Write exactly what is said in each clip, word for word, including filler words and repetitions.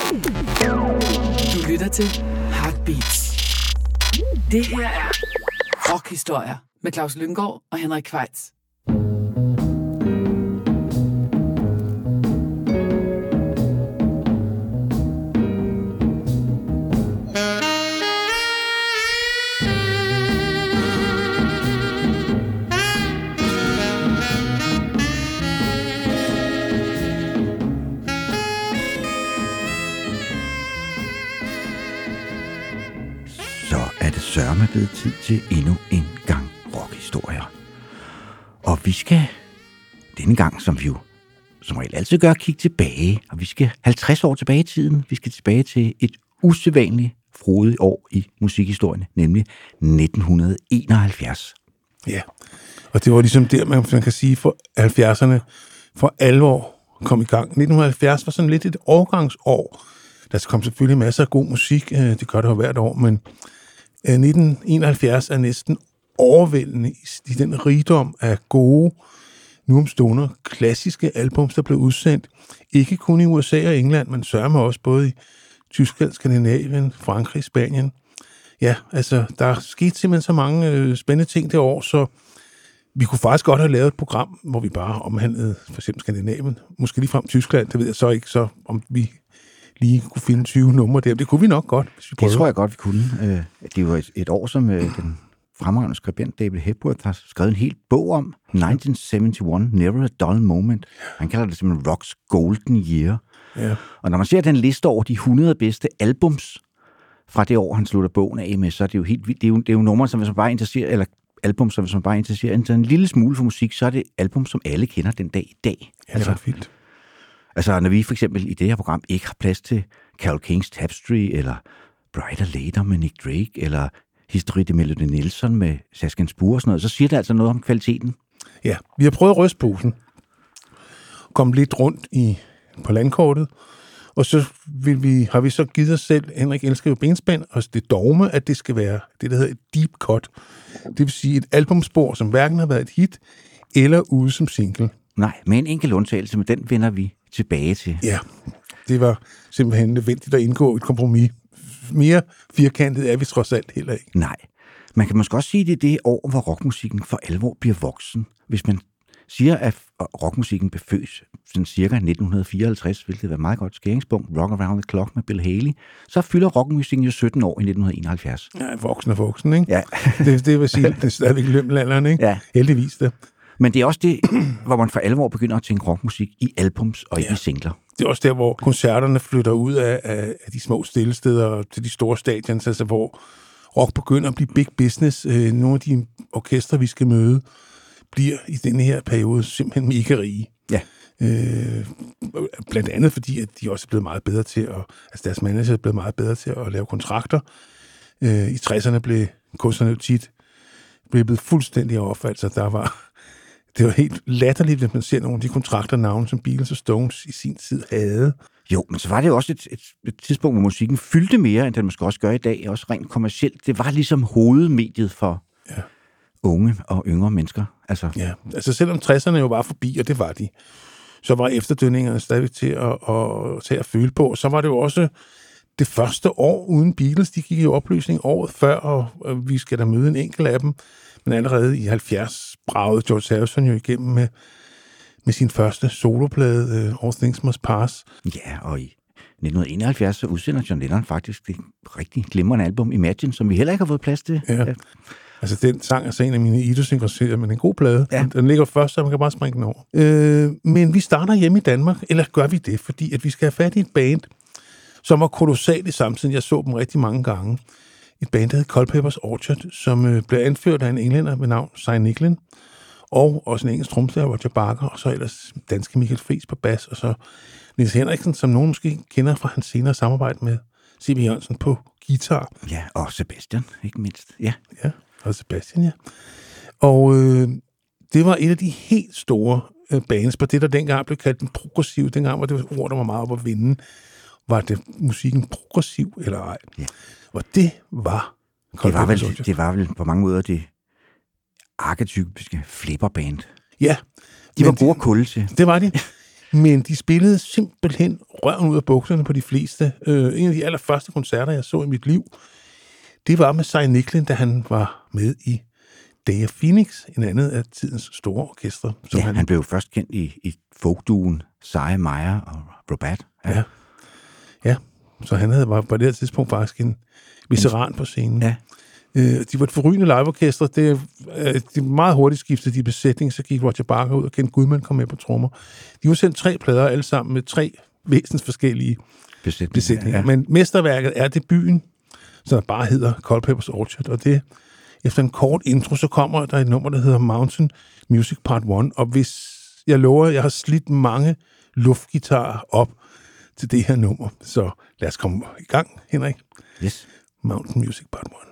Du lytter til Heartbeats. Det her er Rockhistorier med Claus Lynggaard og Henrik Kvejts. Sørme blevet tid til endnu en gang rockhistorier. Og vi skal denne gang, som vi jo som regel altid gør, kigge tilbage. Og vi skal halvtreds år tilbage i tiden. Vi skal tilbage til et usædvanligt frodigt år i musikhistorien, nemlig nitten enoghalvfjerds. Ja, og det var ligesom der, man, man kan sige, for halvfjerdserne for alvor kom i gang. nitten halvfjerds var sådan lidt et årgangsår. Der kom selvfølgelig masser af god musik, det gør det jo hvert år, men nitten enoghalvfjerds er næsten overvældende i den rigdom af gode, nu omstående klassiske albums, der blev udsendt. Ikke kun i U S A og England, men sørme også både i Tyskland, Skandinavien, Frankrig, Spanien. Ja, altså, der skete simpelthen så mange øh, spændende ting det år, så vi kunne faktisk godt have lavet et program, hvor vi bare omhandlede for eksempel Skandinavien. Måske lige frem Tyskland, det ved jeg så ikke, så om vi lige kunne finde tyve numre der. Det kunne vi nok godt, hvis vi prøvede. Det tror jeg godt, vi kunne. Det var et, et år, som den fremragende skribent David Hepworth har skrevet en hel bog om. nitten enoghalvfems, Never a Dull Moment. Han kalder det simpelthen Rocks Golden Year. Ja. Og når man ser den liste over de hundrede bedste albums fra det år, han slutter bogen af med, så er det jo helt vildt. Det er jo, det er jo numre, som hvis man bare interesserer, eller album, som hvis man bare interesserer en, en lille smule for musik, så er det album, som alle kender den dag i dag. Ja, det er ret vildt. Altså, når vi for eksempel i det her program ikke har plads til Carole Kings Tapestry, eller Brighter Later med Nick Drake, eller History de Melody Nelson med Saskia Spur og sådan noget, så siger det altså noget om kvaliteten. Ja, vi har prøvet at ryste posen, komme lidt rundt i, på landkortet, og så vil vi, har vi så givet os selv, Henrik elsker jo benspænd, og det dogme, at det skal være det, der hedder et deep cut. Det vil sige et albumspor, som hverken har været et hit, eller ude som single. Nej, med en enkelt undtagelse, men den vender vi tilbage til. Ja, det var simpelthen nødvendigt at indgå et kompromis. Mere firkantet er vi trods alt heller ikke. Nej, man kan måske også sige, at det er det år, hvor rockmusikken for alvor bliver voksen. Hvis man siger, at rockmusikken beføs sådan cirka nitten fireoghalvtreds, hvilket er et meget godt skæringspunkt, Rock Around the Clock med Bill Haley, så fylder rockmusikken jo sytten år i nitten enoghalvfjerds. Ja, voksen og voksen, ikke? Ja. det, det vil sige, det er stadigvæk lømlanderen, ikke? Ja. Heldigvis det. Men det er også det, hvor man for alvor begynder at tænke rockmusik i albums og ja. i singler. Det er også der, hvor koncerterne flytter ud af, af, af de små stillesteder til de store stadions, altså hvor rock begynder at blive big business. Øh, nogle af de orkestre, vi skal møde, bliver i denne her periode simpelthen mega rige. Ja. Øh, blandt andet fordi, at de også er blevet meget bedre til at, altså deres manager er blevet meget bedre til at lave kontrakter. Øh, I tresserne blev kunstnerne tit blevet fuldstændig overfaldt, så der var... Det var helt latterligt, at man ser nogle af de kontrakter navne, som Beatles og Stones i sin tid havde. Jo, men så var det jo også et, et, et tidspunkt, hvor musikken fyldte mere, end den måske også gør i dag, også rent kommercielt. Det var ligesom hovedmediet for ja. unge og yngre mennesker. Altså. Ja, altså selvom tresserne jo var forbi, og det var de, så var efterdønningerne stadig til at, at tage at føle på. Så var det jo også det første år uden Beatles. De gik i opløsning året før, og vi skal da møde en enkelt af dem. Men allerede i halvfjerds bragede George Harrison jo igennem med, med sin første soloplade, uh, All Things Must Pass. Ja, og i nitten enoghalvfjerds så udsender John Lennon faktisk det rigtig glimrende album Imagine, som vi heller ikke har fået plads til. Ja. Ja. Altså, den sang er så en af mine idolsynkroniserier, men en god plade. Ja. Den ligger først, så man kan bare springe den over. Øh, men vi starter hjemme i Danmark, eller gør vi det, fordi at vi skal have fat i et band, som var kolossalt i samtiden. Jeg så dem rigtig mange gange. Et band, der hed Culpeper's Orchard, som øh, blev anført af en englænder ved navn Cy Nicklin, og også en engelsk trommeslager, Roger Barker, og så ellers danske Michael Friis på bas, og så Niels Henriksen, som nogen måske kender fra hans senere samarbejde med C B Jørgensen på guitar. Ja, og Sebastian, ikke mindst. Ja, ja og Sebastian, ja. Og øh, det var et af de helt store øh, bands på det, der dengang blev kaldt den progressive. Dengang var det et ord, der var meget op at vinde. Var det musikken progressiv eller ej? Ja. Og det var... Det var, vel, det var vel på mange måder det arketypiske flipperband. Ja. De var gode at kulde til. Det var de. Men de spillede simpelthen røven ud af bukserne på de fleste. Øh, en af de allerførste koncerter, jeg så i mit liv, det var med Cy Nicklin, da han var med i Day of Phoenix, en anden af tidens store orkestre. Ja, han, han blev først kendt i, i folkduen Cy Meyer og Robat. Ja. ja, ja. Så han havde, var på det her tidspunkt faktisk en veteran på scenen. Ja. Øh, de var et forrygende liveorkester. Det, øh, de meget hurtigt skiftede de besætning, så gik Roger Barker ud, og Ken Goodman kom med på trommer. De var sendt tre plader, alle sammen med tre væsens forskellige besætninger. besætninger. Ja. Men mesterværket er debuten, som bare hedder Culpeper's Orchard, og det efter en kort intro, så kommer der et nummer, der hedder Mountain Music Part et, og hvis jeg lover, jeg har slidt mange luftgitarer op til det her nummer, så lad os komme i gang, Henrik. Yes. Mountain Music Part et.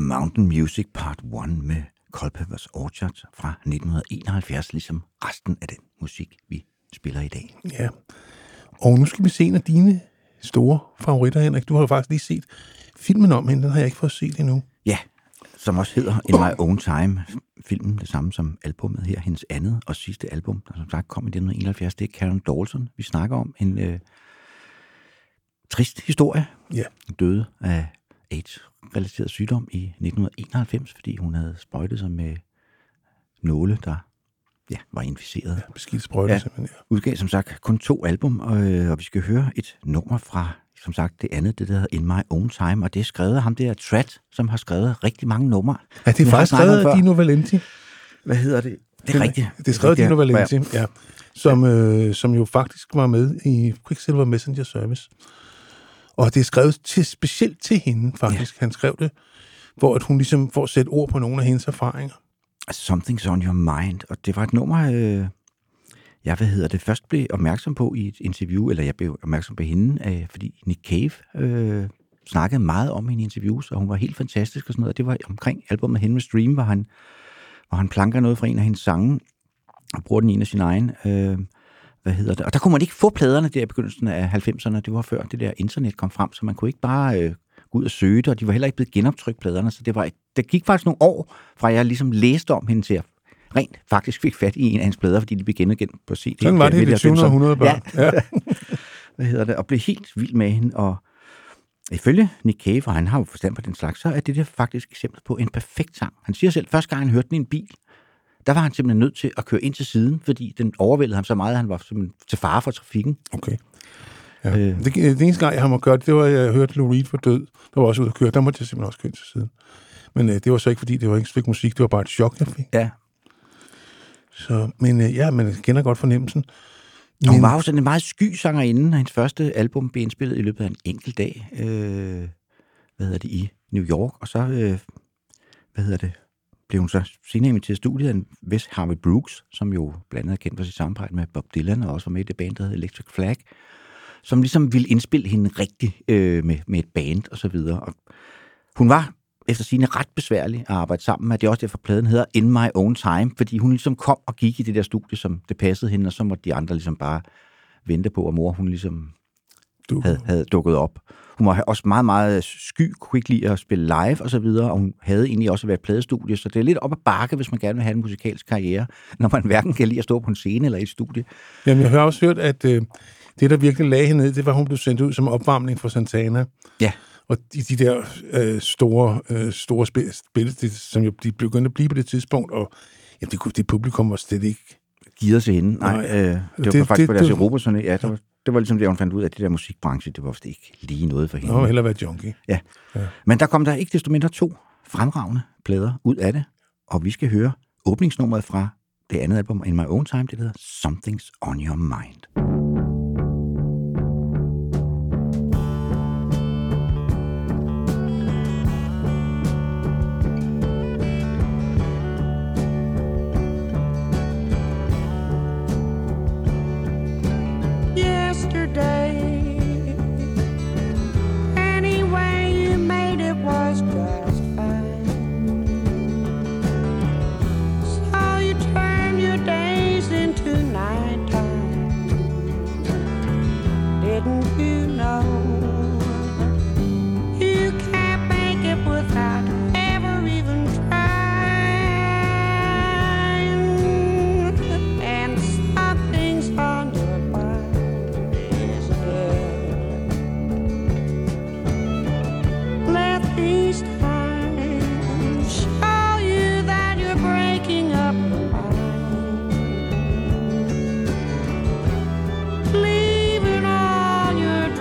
Mountain Music Part et med Culpeper's Orchard fra nitten enoghalvfjerds, ligesom resten af den musik, vi spiller i dag. Ja, og nu skal vi se en af dine store favoritter, Henrik. Du har jo faktisk lige set filmen om hende, den har jeg ikke fået set endnu. Ja, som også hedder In My Own Time. Filmen, det samme som albumet her, hendes andet og sidste album, der som sagt kom i nitten enoghalvfjerds, det er Karen Dawson, vi snakker om. En øh, trist historie. Ja. Hun døde af AIDS-relateret sygdom i nitten enoghalvfems, fordi hun havde sprøjtet sig med nåle, der ja, var inficeret. Ja, beskidt sprøjte ja, simpelthen. Ja. Udgav som sagt kun to album, og, og vi skal høre et nummer fra, som sagt, det andet, det der hedder In My Own Time, og det er skrevet af ham der Tratt, som har skrevet rigtig mange numre. Ja, det er faktisk skrevet af Dino Valenti. Hvad hedder det? Det er rigtigt. Det er skrevet af Dino Valenti, ja. Som, øh, som jo faktisk var med i Quicksilver Messenger Service. Og det er skrevet til, specielt til hende, faktisk. Ja. Han skrev det, hvor at hun ligesom får sætte ord på nogle af hendes erfaringer. Something's on your mind. Og det var et nummer, øh, jeg hvad hedder det, først blev opmærksom på i et interview, eller jeg blev opmærksom på hende, øh, fordi Nick Cave øh, snakkede meget om hende i interviews, og hun var helt fantastisk og sådan noget. Det var omkring albumet Henry's Dream, hvor han, hvor han planker noget fra en af hendes sange, og bruger den i en af sine egen... Øh, hvad hedder det? Og der kunne man ikke få pladerne der i begyndelsen af halvfemserne. Det var før det der internet kom frem, så man kunne ikke bare øh, gå ud og søge det, og de var heller ikke blevet genoptrykt pladerne. Så det var et, der gik faktisk nogle år, fra jeg ligesom læste om hende til at rent faktisk fik fat i en af hendes plader, fordi de blev genudgivet på C D. Sådan var det i det tyvende århundrede børn. Ja. Ja. Hvad hedder det? Og blev helt vild med hende. Og ifølge Nick Cave, og han har jo forstand på den slags, så er det der faktisk eksempel på en perfekt sang. Han siger selv, første gang han hørte den i en bil, der var han simpelthen nødt til at køre ind til siden, fordi den overvældede ham så meget, at han var simpelthen til fare for trafikken. Okay. Ja. Øh. Det, det eneste gang, jeg har måttet gøre det, det var, at jeg hørte Lou Reed var død. Der var også ude at køre. Der måtte jeg simpelthen også køre ind til siden. Men øh, det var så ikke, fordi det var ikke fik musik. Det var bare et chok, jeg fik. Ja. Så, men øh, ja, men jeg kender godt fornemmelsen. Men... Hun var jo sådan en meget sky sangerinde, og hendes første album blev indspillet i løbet af en enkelt dag. Øh, hvad hedder det, i New York. Og så, øh, hvad hedder det, blev hun så senere inviteret til studiet af en Wes Harvey Brooks, som jo blandt andet er kendt for sit samarbejde med Bob Dylan, og også var med i det band, der hedder Electric Flag, som ligesom ville indspille hende rigtigt øh, med, med et band og så videre. Og hun var efter sigende ret besværlig at arbejde sammen med. Det er også derfor, pladen hedder In My Own Time, fordi hun ligesom kom og gik i det der studie, som det passede hende, og så måtte de andre ligesom bare vente på, at mor hun ligesom du. havde, havde dukket op. Hun var også meget, meget sky, kunne ikke lide at spille live og så videre, og hun havde egentlig også været pladestudie, så det er lidt op ad bakke, hvis man gerne vil have en musikalsk karriere, når man hverken kan lide at stå på en scene eller i et studie. Jamen, jeg har også hørt, at øh, det, der virkelig lagde hende ned, det var, at hun blev sendt ud som opvarmning for Santana. Ja. Og de, de der øh, store, øh, store spil, spil som jo de begyndte at blive på det tidspunkt, og ja, det, det publikum var slet ikke givet til hende. Nej, Nej. Øh, det var det, faktisk det, på deres Europaturné. Ja, det var, det var ligesom det, hun fandt ud af, at det der musikbranche, det var vist ikke lige noget for hende. Nå, hellere være junkie. Ja. ja. Men der kom der ikke desto mindre to fremragende plader ud af det, og vi skal høre åbningsnummeret fra det andet album, In My Own Time, det hedder Something's on Your Mind. Leaving all your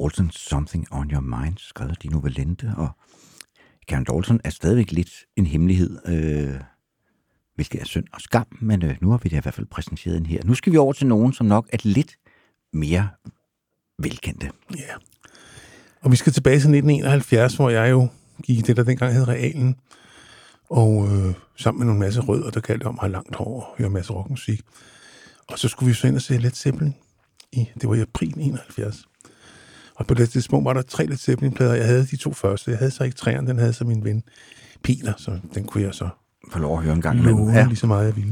Dalton, Something on Your Mind, skrevet af Dino Valente, og Karen Dalton er stadigvæk lidt en hemmelighed, øh, hvilket er synd og skam, men øh, nu har vi det i hvert fald præsenteret den her. Nu skal vi over til nogen, som nok er lidt mere velkendte. Ja, yeah. Og vi skal tilbage til nitten enoghalvfjerds, hvor jeg jo gik i det, der dengang hed Realen, og øh, sammen med nogle masse rødder, der kaldte om at have langt hår og høre en masse rockmusik. Og så skulle vi så ind og se Led Zeppelin. I, det var i april enoghalvfjerds. Og på det tidspunkt var der tre Led Zeppelin-plader. Jeg havde de to første. Jeg havde så ikke træerne, den havde så min ven Peter, så den kunne jeg så få lov at høre en gang imellem. Ja. Lige så meget jeg ville.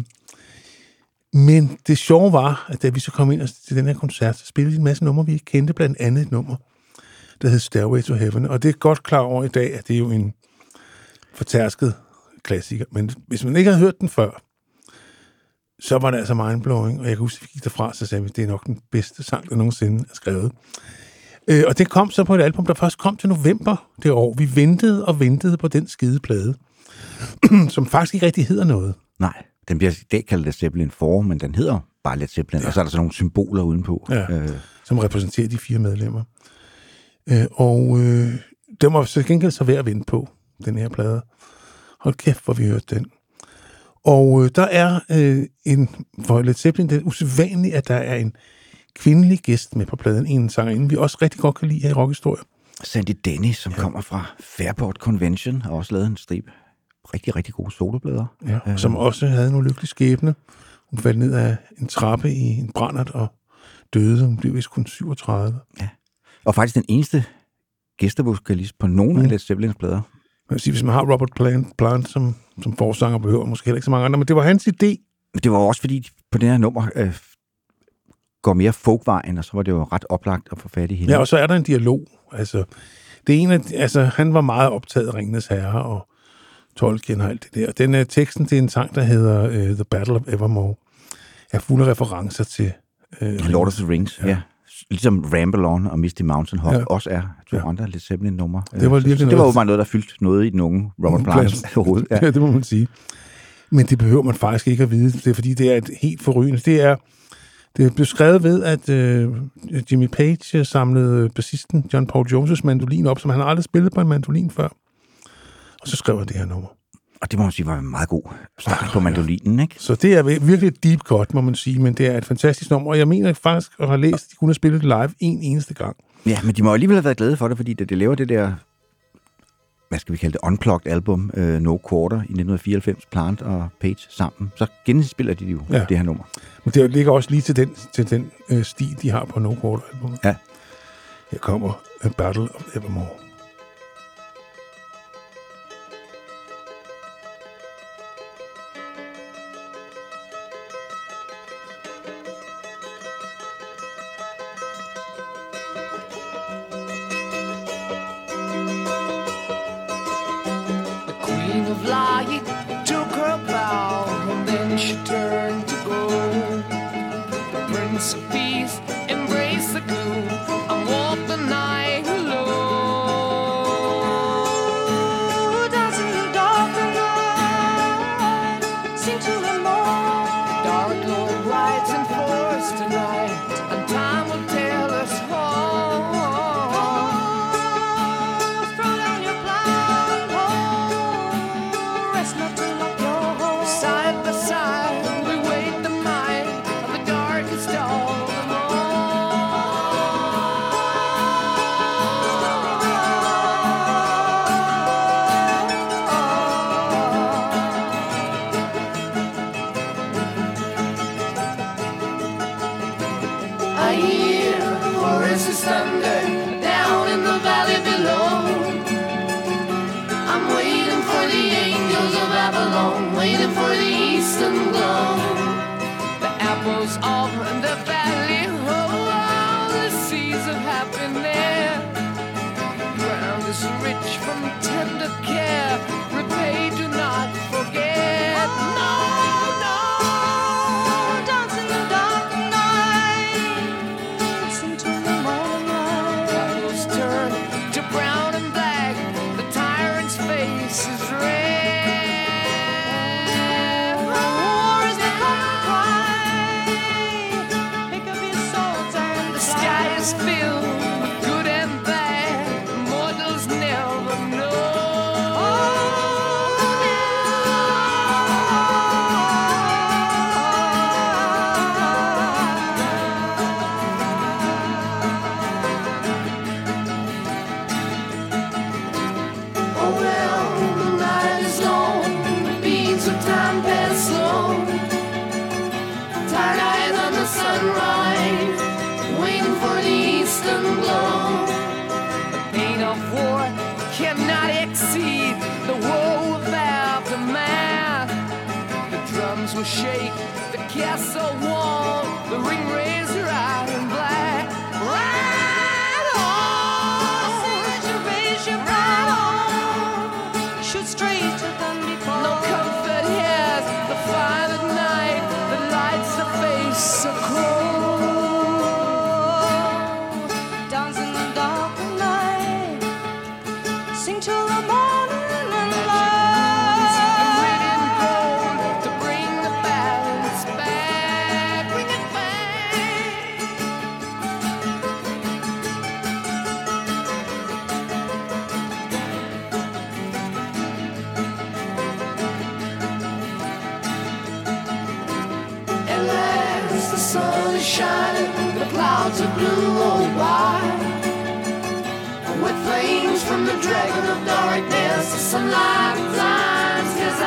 Men det sjove var, at da vi så kom ind til den her koncert, så spillede de en masse numre, vi ikke kendte, blandt andet et nummer, der hed Stairway to Heaven. Og det er godt klar over i dag, at det er jo en fortærsket klassiker. Men hvis man ikke havde hørt den før, så var det altså mindblowing. Og jeg kan huske, at vi gik derfra, så sagde vi, det er nok den bedste sang, der nogensinde er skrevet. Øh, og det kom så på et album, der først kom til november det år. Vi ventede og ventede på den skide plade, som faktisk ikke rigtig hedder noget. Nej, den bliver i dag kaldt Led Zeppelin fire, men den hedder bare Led Zeppelin, ja. Og så er der så nogle symboler udenpå. Ja, øh. som repræsenterer de fire medlemmer. Øh, og øh, den var så gengæld så værd at vente på, den her plade. Hold kæft, hvor vi hørte den. Og øh, der er øh, en, for Led Zeppelin, det er usædvanligt, at der er en kvindelig gæst med på pladen, en sangerinde, vi også rigtig godt kan lide her i rockhistorie. Sandy Denny, som ja. kommer fra Fairport Convention, har også lavet en stribe rigtig, rigtig gode soloplader. Ja, øh. som også havde en ulykkelig skæbne. Hun faldt ned af en trappe i en brændert og døde. Hun blev vist kun syvogtredive. Ja. Og faktisk den eneste gæstevokalist på nogen mm. af Led Zeppelins plader. Man vil sige, hvis man har Robert Plant, Plant som, som forsanger, behøver måske heller ikke så mange andre, men det var hans idé. Men det var også fordi, på det her nummer øh, går mere folkvejen, og så var det jo ret oplagt at få fat i hende. Ja, og så er der en dialog. Altså, det ene, altså, han var meget optaget af Ringenes Herre og Tolkien og alt det der. Den uh, teksten, det er en sang, der hedder uh, The Battle of Evermore, er fuld af referencer til uh, Lord of the Rings, ja. ja. Ligesom Ramble On og Misty Mountain Hop ja. også er to ja. andre Led Zeppelin-numre. Det var, så, så det var jo bare noget, der fyldte noget i den unge Robert Plant overhovedet. Ja. ja, det må man sige. Men det behøver man faktisk ikke at vide. Det er, fordi det er et helt forrygende. Det er, det blev skrevet ved, at uh, Jimmy Page samlede bassisten John Paul Jones' mandolin op, som han aldrig spillet på en mandolin før. Og så skrev han det her nummer. Og det må man sige var en meget god start på mandolinen, ikke? Så det er virkelig et deep cut, må man sige, men det er et fantastisk nummer, og jeg mener faktisk at have læst, at de kunne have spillet det live en eneste gang. Ja, men de må alligevel have været glade for det, fordi det, det laver det der, hvad skal vi kalde det, unplugged album, uh, No Quarter i nitten fireoghalvfems, Plant og Page sammen. Så genspiller de jo ja. det her nummer. Men det ligger også lige til den, til den uh, stil, de har på No Quarter-albumet. Ja. Her kommer A Battle of Evermore. Filled with good and Will shake the castle wall, the ring razor out in black. Ride on, you raise your right on, shoot straight to Dundee Fall. No comfort here, the fire at night, the lights the face so cold. Dance in the dark night, sing till the morning and light. Shining, the clouds are blue roll by. With flames from the dragon of darkness, the sunlight blinds his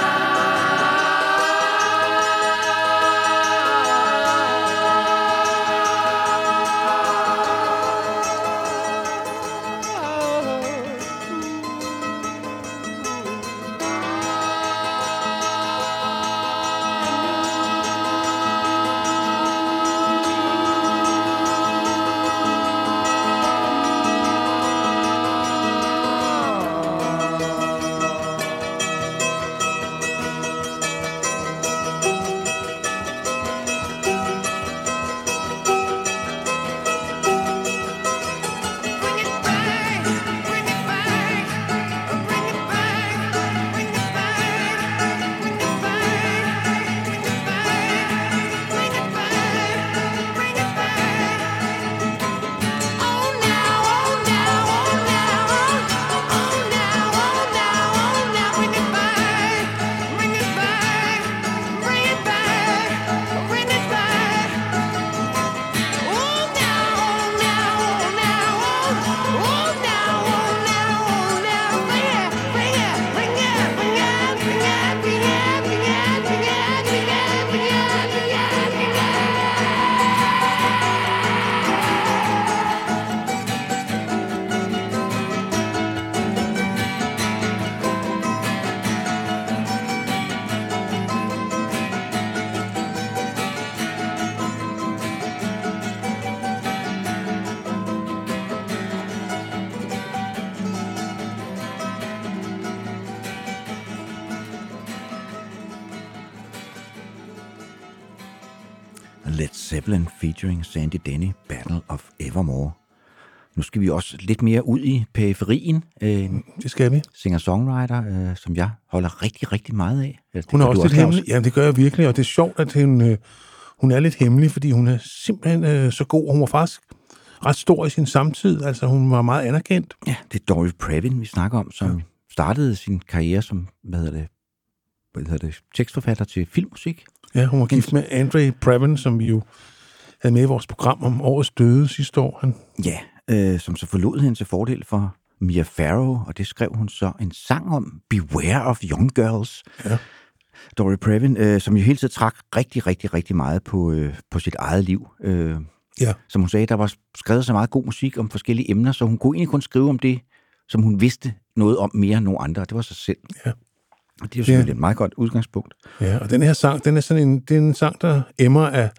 Led Zeppelin featuring Sandy Denny, Battle of Evermore. Nu skal vi også lidt mere ud i periferien. Øh, det skal vi. Singer-songwriter, øh, som jeg holder rigtig, rigtig meget af. Det hun er også lidt hemmelig. Ja, det gør jeg virkelig, og det er sjovt, at hun, øh, hun er lidt hemmelig, fordi hun er simpelthen øh, så god. Hun var faktisk ret stor i sin samtid. Altså, hun var meget anerkendt. Ja, det er Dory Previn, vi snakker om, som ja. startede sin karriere som, hvad hedder det, hvad hedder det, tekstforfatter til filmmusik. Ja, hun var gift med Andre Previn, som vi jo havde med i vores program om årets døde sidste år. Han... Ja, øh, som så forlod hende til fordel for Mia Farrow, og det skrev hun så en sang om, Beware of Young Girls. Ja. Dory Previn, øh, som jo hele tiden trak rigtig, rigtig, rigtig meget på, øh, på sit eget liv. Øh, ja. Som hun sagde, der var skrevet så meget god musik om forskellige emner, så hun kunne egentlig kun skrive om det, som hun vidste noget om mere end nogen andre. Det var sig selv. Ja. Og det er jo selvfølgelig ja. et meget godt udgangspunkt. Ja, og den her sang, den er sådan en, det er en sang, der emmer af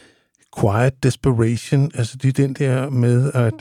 quiet desperation. Altså det er den der med, at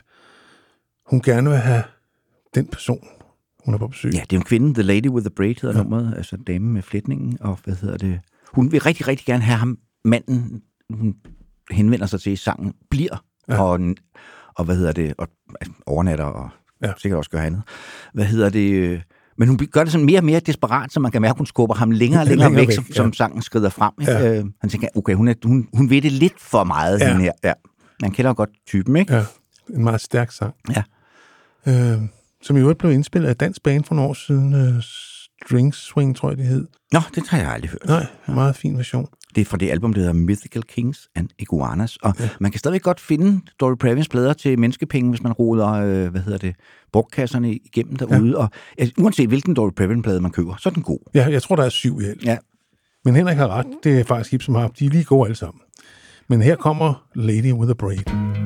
hun gerne vil have den person, hun er på besøg. Ja, det er en kvinde, The Lady with the Braid hedder ja. nummeret, altså dame med flætningen, og hvad hedder det? Hun vil rigtig, rigtig gerne have ham, manden, hun henvender sig til i sangen, bliver, ja. og, og hvad hedder det, og overnatter, og ja. sikkert også gør andet. Hvad hedder det? Men hun gør det sådan mere og mere desperat, så man kan mærke, at hun skubber ham længere og længere, længere væk, væk som, ja. som sangen skrider frem. Ja. Øh, han tænker, okay, hun, er, hun, hun ved det lidt for meget, ja. hende her. Ja. Man kender godt typen, ikke? Ja, en meget stærk sang. Ja. Øh, som i øvrigt blev indspillet af dansk band for nogle år siden. Uh, String Swing, tror jeg, det hed. Nå, det har jeg aldrig hørt. Nej, en meget fin version. Det er fra det album, der hedder Mythical Kings and Iguanas. Og ja. man kan stadigvæk godt finde Dory Previns plader til menneskepenge, hvis man roder, øh, hvad hedder det, brugkasserne igennem derude. Ja. Og altså, uanset hvilken Dory Previn-plade man køber, så er den god. Ja, jeg tror, der er syv i alt. Ja. Men Henrik har ret. Det er faktisk Hip som har. De er lige gode alle sammen. Men her kommer Lady with a Braid.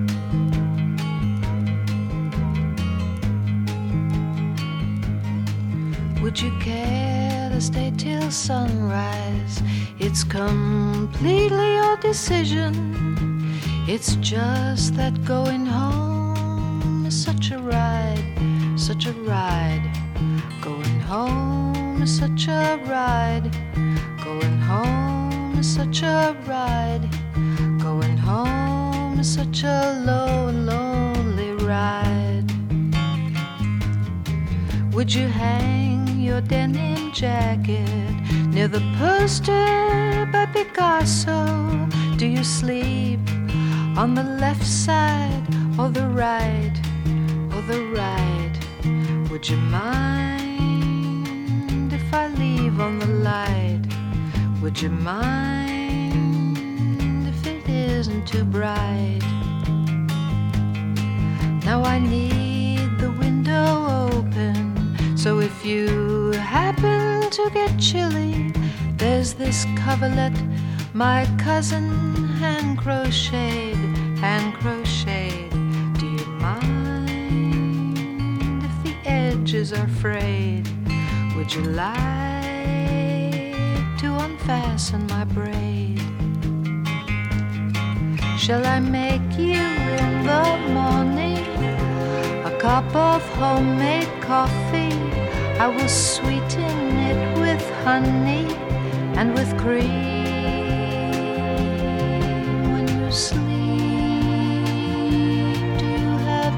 Would you care to stay till sunrise? It's completely your decision. It's just that going home is such a ride, such a ride. Going home is such a ride. Going home is such a ride. Going home is such a low and lonely ride. Would you hang your denim jacket near the poster by Picasso? Do you sleep on the left side or the right, or the right? Would you mind if I leave on the light? Would you mind if it isn't too bright? Now I need the window open, so if you happen to get chilly, there's this coverlet my cousin hand crocheted, hand crocheted. Do you mind if the edges are frayed? Would you like to unfasten my braid? Shall I make you in the morning a cup of homemade coffee? I will sweeten it with honey and with cream. When you sleep, do you have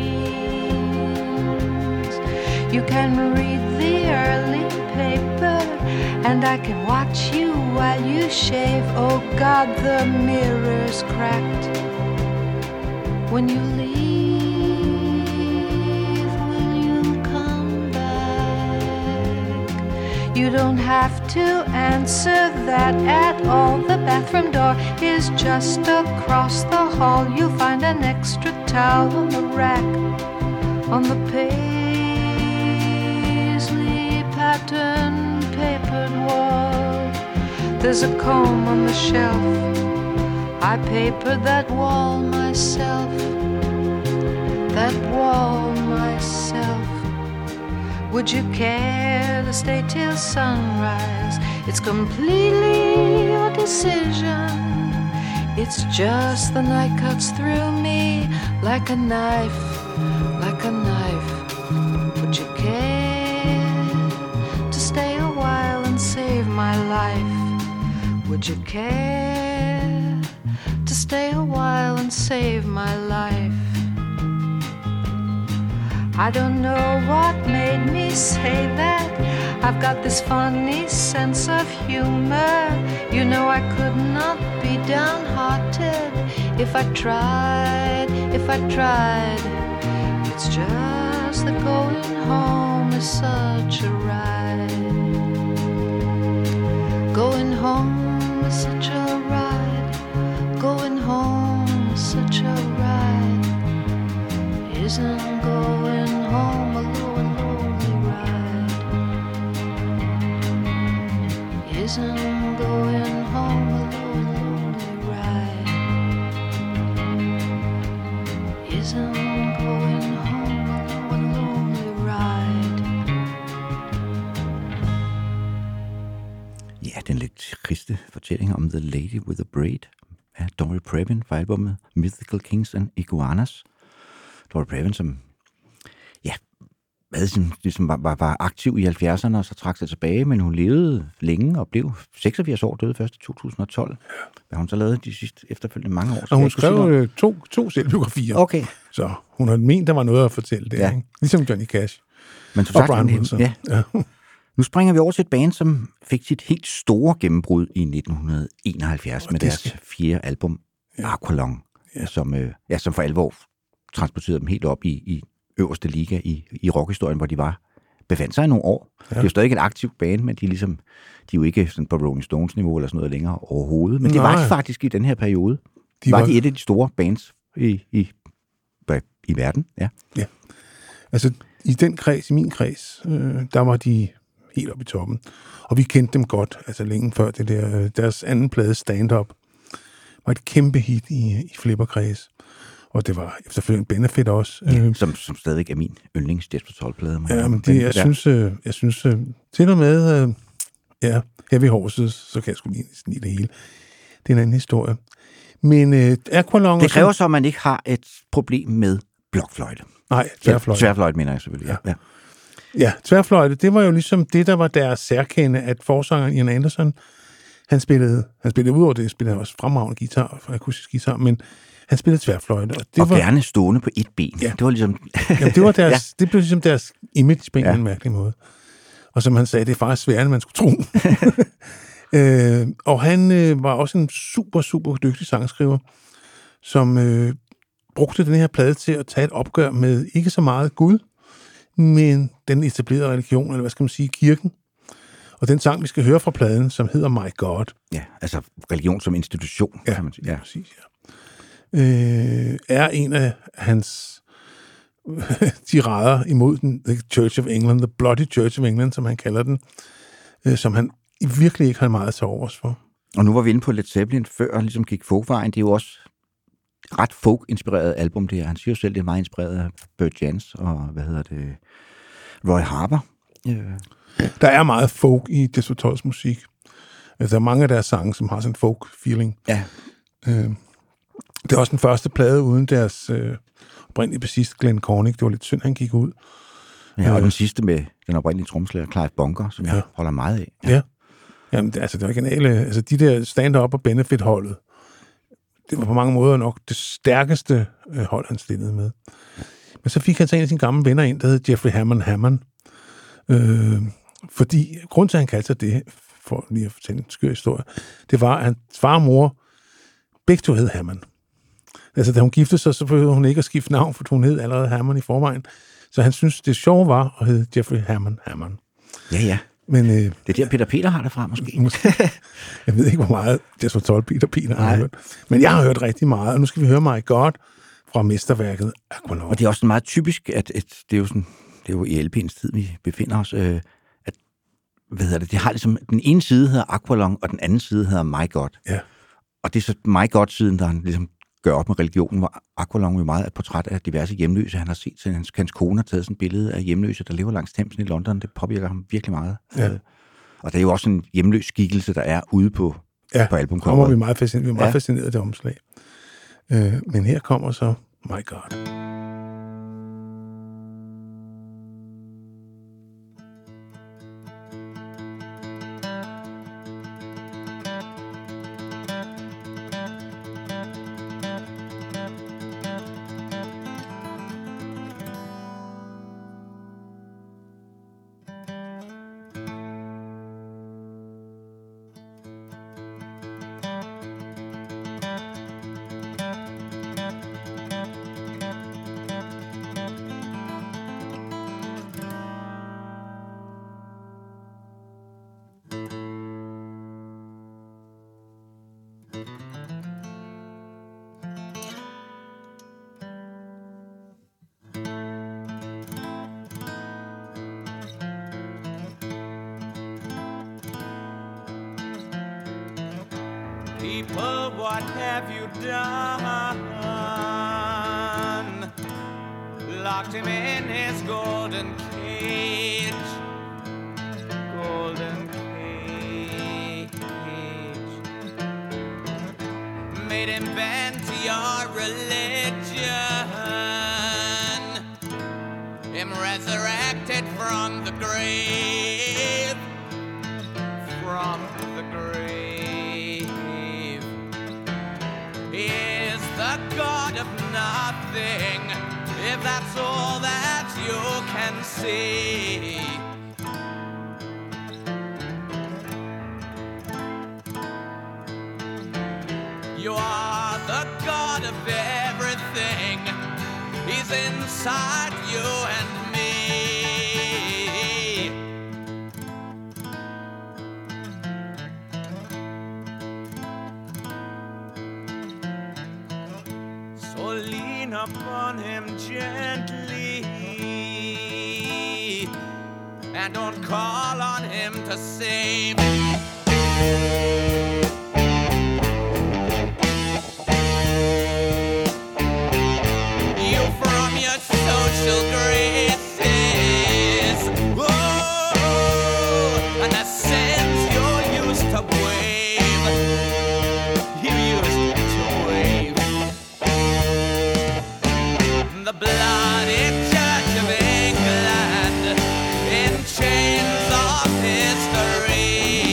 dreams? You can read the early paper, and I can watch you while you shave. Oh God, the mirror's cracked. When you leave, you don't have to answer that at all. The bathroom door is just across the hall. You'll find an extra towel on the rack, on the paisley pattern papered wall. There's a comb on the shelf. I papered that wall myself, that wall myself. Would you care to stay till sunrise? It's completely your decision. It's just the night cuts through me like a knife, like a knife. Would you care to stay a while and save my life? Would you care to stay a while and save my life? I don't know what made me say that. I've got this funny sense of humor. You know I could not be downhearted if I tried, if I tried. It's just that going home is such a ride. Going home is such a ride. Going home is such a ride. Isn't going home a low and lonely ride? Isn't going home a low and lonely ride? Isn't going home a low and lonely ride? Ja, den lidt triste fortælling om The Lady with a Braid af Dory Previn fra albumet Mythical Kings and Iguanas. Dory Previn, som ja, hvad, ligesom var, var, var aktiv i halvfjerdserne og så trak sig tilbage, men hun levede længe og blev seksogfirs år, døde først i to tusind og tolv. Hvad hun så lavede de sidste efterfølgende mange år. Og hun skrev to, to selvbiografier. Okay. Så hun har ment, der var noget at fortælle der, ja. Ikke? Ligesom Johnny Cash. Men og sagt, Brian Wilson. Ja. Ja. Nu springer vi over til et band, som fik sit helt store gennembrud i nitten enoghalvfjerds og med deres skal... fjerde album, ja. Aqualung, ja. Som, øh, ja, som for alvor transporterede dem helt op i, i øverste liga i, i rockhistorien, hvor de var befandt sig i nogle år. Ja. Det er jo stadig et aktivt band, men de er ligesom, de er jo ikke sådan på Rolling Stones-niveau eller sådan noget længere overhovedet. Men det Nej. var de faktisk i den her periode. De De var, var- var de et af de store bands i, i, i verden, ja. Altså, i den kreds, i min kreds, øh, der var de helt oppe i toppen. Og vi kendte dem godt, altså længe før det der, øh, deres anden plade, Stand Up, var et kæmpe hit i, i flipperkreds. Og det var efterfølgende Benefit også. Øh, Som, som stadig er min yndlings Jesper Toll-plade. ja, men det, jeg synes, øh, jeg synes øh, til og med, øh, ja, Heavy Horses, så kan jeg sgu lide, lide det hele. Det er en anden historie. Men øh, Aqualung... Det kræver så, at man ikke har et problem med blokfløjte. Nej, tværfløjte. Tværfløjte mener jeg selvfølgelig, ja. ja. Ja, tværfløjte, det var jo ligesom det, der var deres særkende, at forsangeren Ian Anderson, han spillede, han spillede ud over det, spillede han også fremragende guitar, akustisk guitar, men han spillede tværfløjte. Og, det Og var, gerne stående på et ben. Ja. Det var ligesom... jamen, det, var deres, Ja. det blev ligesom deres image på en Ja. ja. mærkelig måde. Og som han sagde, det er faktisk sværere, end man skulle tro. øh, og han øh, var også en super, super dygtig sangskriver, som øh, brugte den her plade til at tage et opgør med ikke så meget Gud, men den etablerede religion, eller hvad skal man sige, kirken. Og den sang, vi skal høre fra pladen, som hedder My God. Ja, altså religion som institution, Ja, kan man sige. Ja. præcis, ja. Øh, er en af hans tirader imod den The Church of England, The Bloody Church of England, som han kalder den, øh, som han virkelig ikke har meget til overs for. Og nu var vi inde på Led Zeppelin før, og ligesom gik folkvejen. Det er jo også ret folk-inspireret album, det her. Han siger jo selv, det er meget inspireret af Bert Jans og, hvad hedder det, Roy Harper. Øh. Der er meget folk i Jesper Tolls musik. Altså, der er mange af deres sange, som har sådan en folk-feeling. Ja, Øh, det er også den første plade uden deres øh, oprindelige bassist Glenn Cornick. Det var lidt synd, han gik ud. ja og Øh. den sidste med den oprindelige trommeslager, Clive Bunker, som jeg Ja. holder meget af. Ja. Jamen, det, altså det originale, altså de der stand-up og benefit-holdet, det var på mange måder nok det stærkeste øh, hold, han stillede med. Men så fik han så en af sine gamle venner ind, der hed Jeffrey Hammond Hammond. Øh, fordi, grund til, at han kaldte sig det, for lige at fortælle en skør historie, det var, at hans far og mor begge to hed Hammond. Altså, da hun giftede sig, så behøvede hun ikke at skifte navn, for hun hed allerede Hammond i forvejen. Så han synes, det sjove var at hedde Jeffrey Hammond Hammond. Ja, ja. Men øh, Det er der, Peter Peter har det fra, måske. Måske. Jeg ved ikke, hvor meget Jesper Toll Peter Peter har Nej. hørt. Men jeg har hørt rigtig meget, og nu skal vi høre My God fra mesterværket Aqualung. Og det er også meget typisk, at et, det er jo sådan, det er jo i L P'ens tid, vi befinder os, øh, at, hvad hedder det, det har ligesom, den ene side hedder Aqualung, og den anden side hedder My God. Ja. Og det er så My God-siden, der han ligesom gør op med religionen, hvor Aqualung jo meget er et portræt af diverse hjemløse. Han har set, at hans, hans kone har taget sådan et billede af hjemløse, der lever langs Themsen i London. Det påvirker ham virkelig meget. Ja. Øh, og det er jo også en hjemløs skikkelse, der er ude på, Ja, på kommer albumcoveret. vi meget fascineret, vi er meget Ja. fascineret af det omslag. Øh, men her kommer så My God. People, what have you done? Locked him in his golden cage. Golden cage. Made him bend to your religion. Him resurrected from the grave. From the grave. He is the God of nothing, if that's all that you can see. You are the God of everything. He's inside you and me. rain upon him gently, and don't call on him to save. You from your social graces, oh, and the sins you're used to wave. You used to wave. The bloody Church of England in chains of history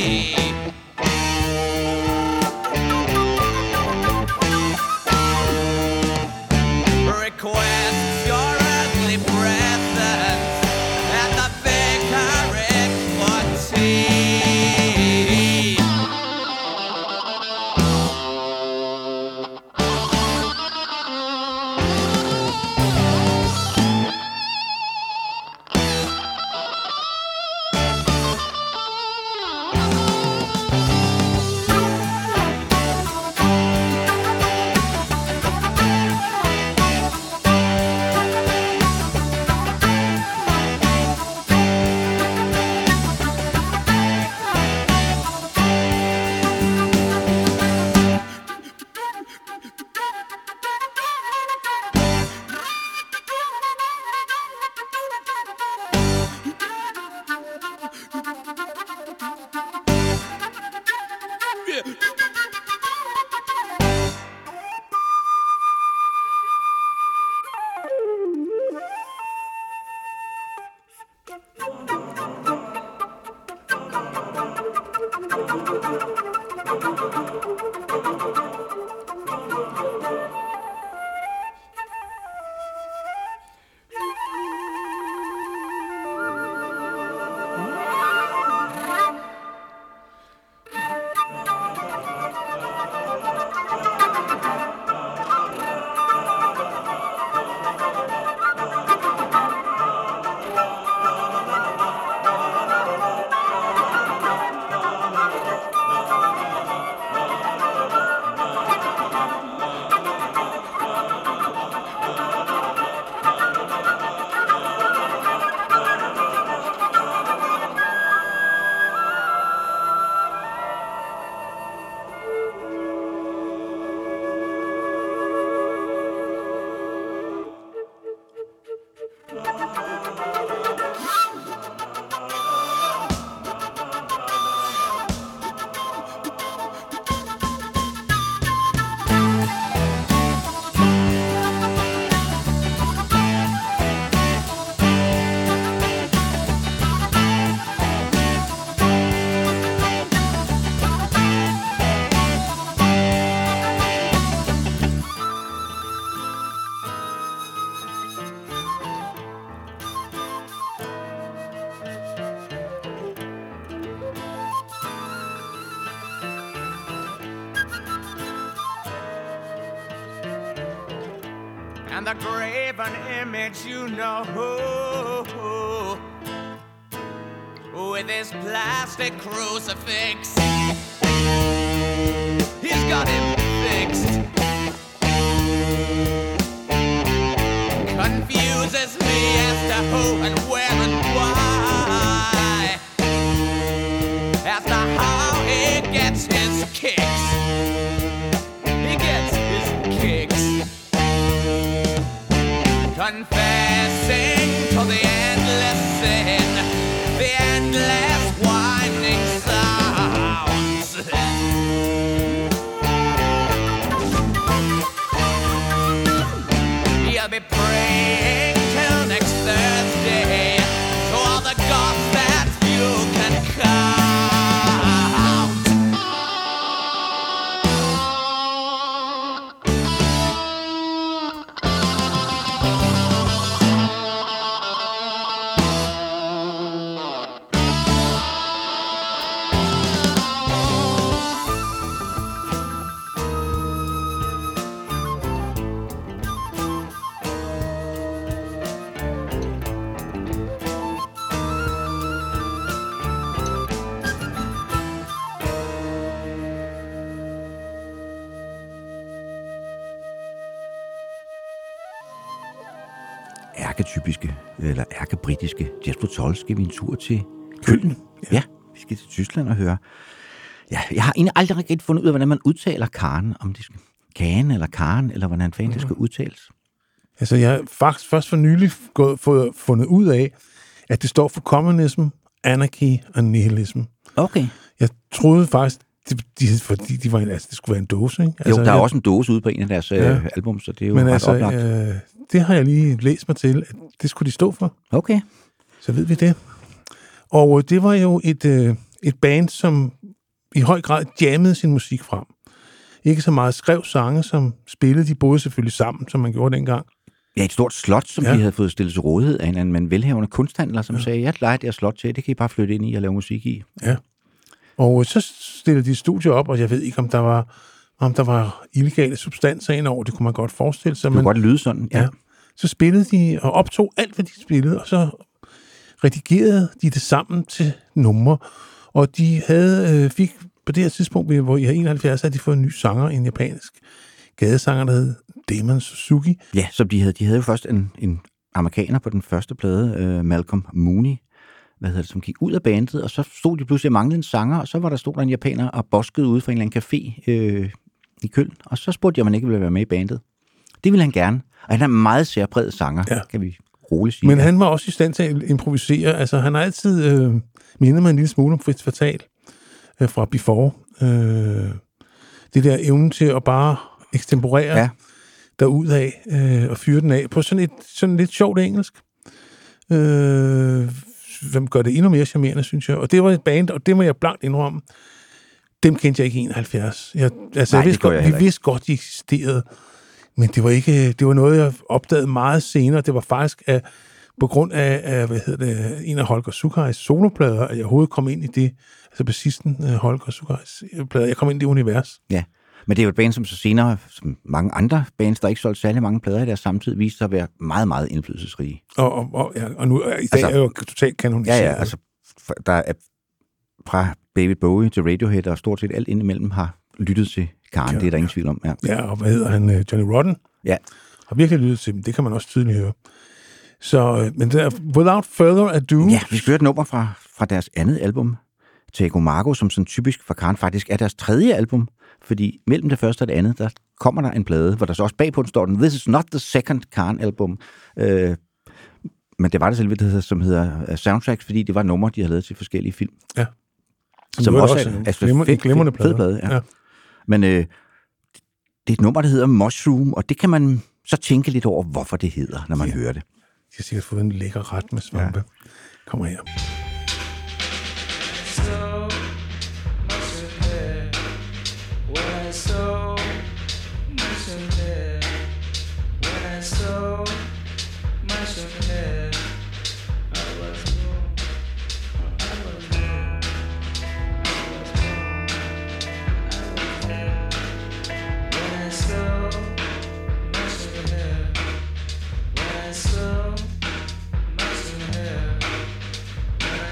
requests your earthly presence at the vicarage for tea. And the graven image, you know, with his plastic crucifix, he's got him fixed. Confuses me as to who and where and why, as to how he gets his kicks. He gets his kicks. Confessing to the endless sin, the endless winding sounds. You'll be praying till next Thursday to all the gods that you can count. ærketypiske, eller ærkebritiske Jethro Tull, skal vi en tur til Køln. Ja. ja, vi skal til Tyskland og høre. Ja, jeg har egentlig aldrig rigtig fundet ud af, hvordan man udtaler Karen, om det skal Karen eller Karen, eller hvordan fanden det skal udtales. Altså, jeg har faktisk først for nylig gået, fået fundet ud af, at det står for communism, anarchy og nihilism. Okay. Jeg troede faktisk, de, de, fordi de var en, altså, det skulle være en dåse, ikke? Altså, jo, der er jeg, også en dåse ude på en af deres ja. øh, album, så det er jo Men ret altså, oplagt. øh, det har jeg lige læst mig til, at det skulle de stå for. Okay. Så ved vi det. Og øh, det var jo et, øh, et band, som i høj grad jammede sin musik frem. Ikke så meget skrev sange, som spillede de både selvfølgelig sammen, som man gjorde dengang. Ja, et stort slot, som ja. de havde fået stillet til rådighed af en anden, men velhavende kunsthandler, som ja. sagde, jeg leger det her slot til, det kan I bare flytte ind i og lave musik i. Ja. Og så stillede de studier op, og jeg ved ikke, om der var, om der var illegale substanser indover, det kunne man godt forestille sig. Det kunne men, godt lyde sådan, ja. ja. Så spillede de og optog alt, hvad de spillede, og så redigerede de det sammen til numre. Og de havde, øh, fik på det her tidspunkt, hvor i enoghalvfjerds havde de fået en ny sanger, en japansk gadesanger, der hed Damon Suzuki. Ja, så de havde, de havde jo først en, en amerikaner på den første plade, øh, Malcolm Mooney, hvad hedder det, som gik ud af bandet, og så stod de pludselig og manglede en sanger, og så var der stod der en japaner og boskede ude fra en eller anden café øh, i Køln, og så spurgte jeg, om han ikke ville være med i bandet. Det ville han gerne, og han er en meget særpræget sanger, ja. kan vi roligt sige. Men han var også i stand til at improvisere, altså han har altid øh, mindet mig en lille smule om Fritz Fatal øh, fra Before. Øh, det der evne til at bare ekstemporere ja. derudad øh, og fyre den af på sådan et sådan lidt sjovt engelsk. Øh, hvem gør det endnu mere charmerende, synes jeg. Og det var et band, og det må jeg blankt indrømme. Dem kendte jeg ikke i enoghalvfjerds. Jeg, altså, Nej, jeg vidste godt, jeg vi vidste godt, de eksisterede. Men det var ikke, det var noget, jeg opdagede meget senere. Det var faktisk af, på grund af, af hvad hedder det, en af Holger Sukais soloplader, at jeg overhovedet kom ind i det, altså bassisten Holger Sukais plader, jeg kom ind i det univers. Ja, men det er jo et band, som så senere, som mange andre bands, der ikke solgte særlig mange plader i deres samtid, viste sig at være meget, meget indflydelsesrige. Og, og, og, ja, og nu i dag altså, er jo totalt kanoniseret. Ja, ja, altså der er fra David Bowie til Radiohead, og stort set alt indimellem har lyttet til Karen, ja, det er der ingen tvivl om. Ja. ja, og hvad hedder han? Johnny Rotten? Ja. Har virkelig lyttet til dem, det kan man også tydeligt høre. Så, men der, without further ado... Ja, vi skal høre et nummer fra, fra deres andet album, Tego Mago, som sådan typisk for Karen faktisk er deres tredje album, fordi mellem det første og det andet, der kommer der en plade, hvor der så også bagpå den står den, This is not the second Karen album. Øh, men det var det selve, det hedder, som hedder Soundtracks, fordi det var numre, de havde lavet til forskellige film. Ja. Som, som også, også er altså, glemmer, fed, glemrende plade. Fed plade, ja. ja. Men øh, det er et nummer, der hedder Mushroom, og det kan man så tænke lidt over, hvorfor det hedder, når man ja. hører det. De har sikkert fået en lækker ret med svampe. Ja. Kommer her. When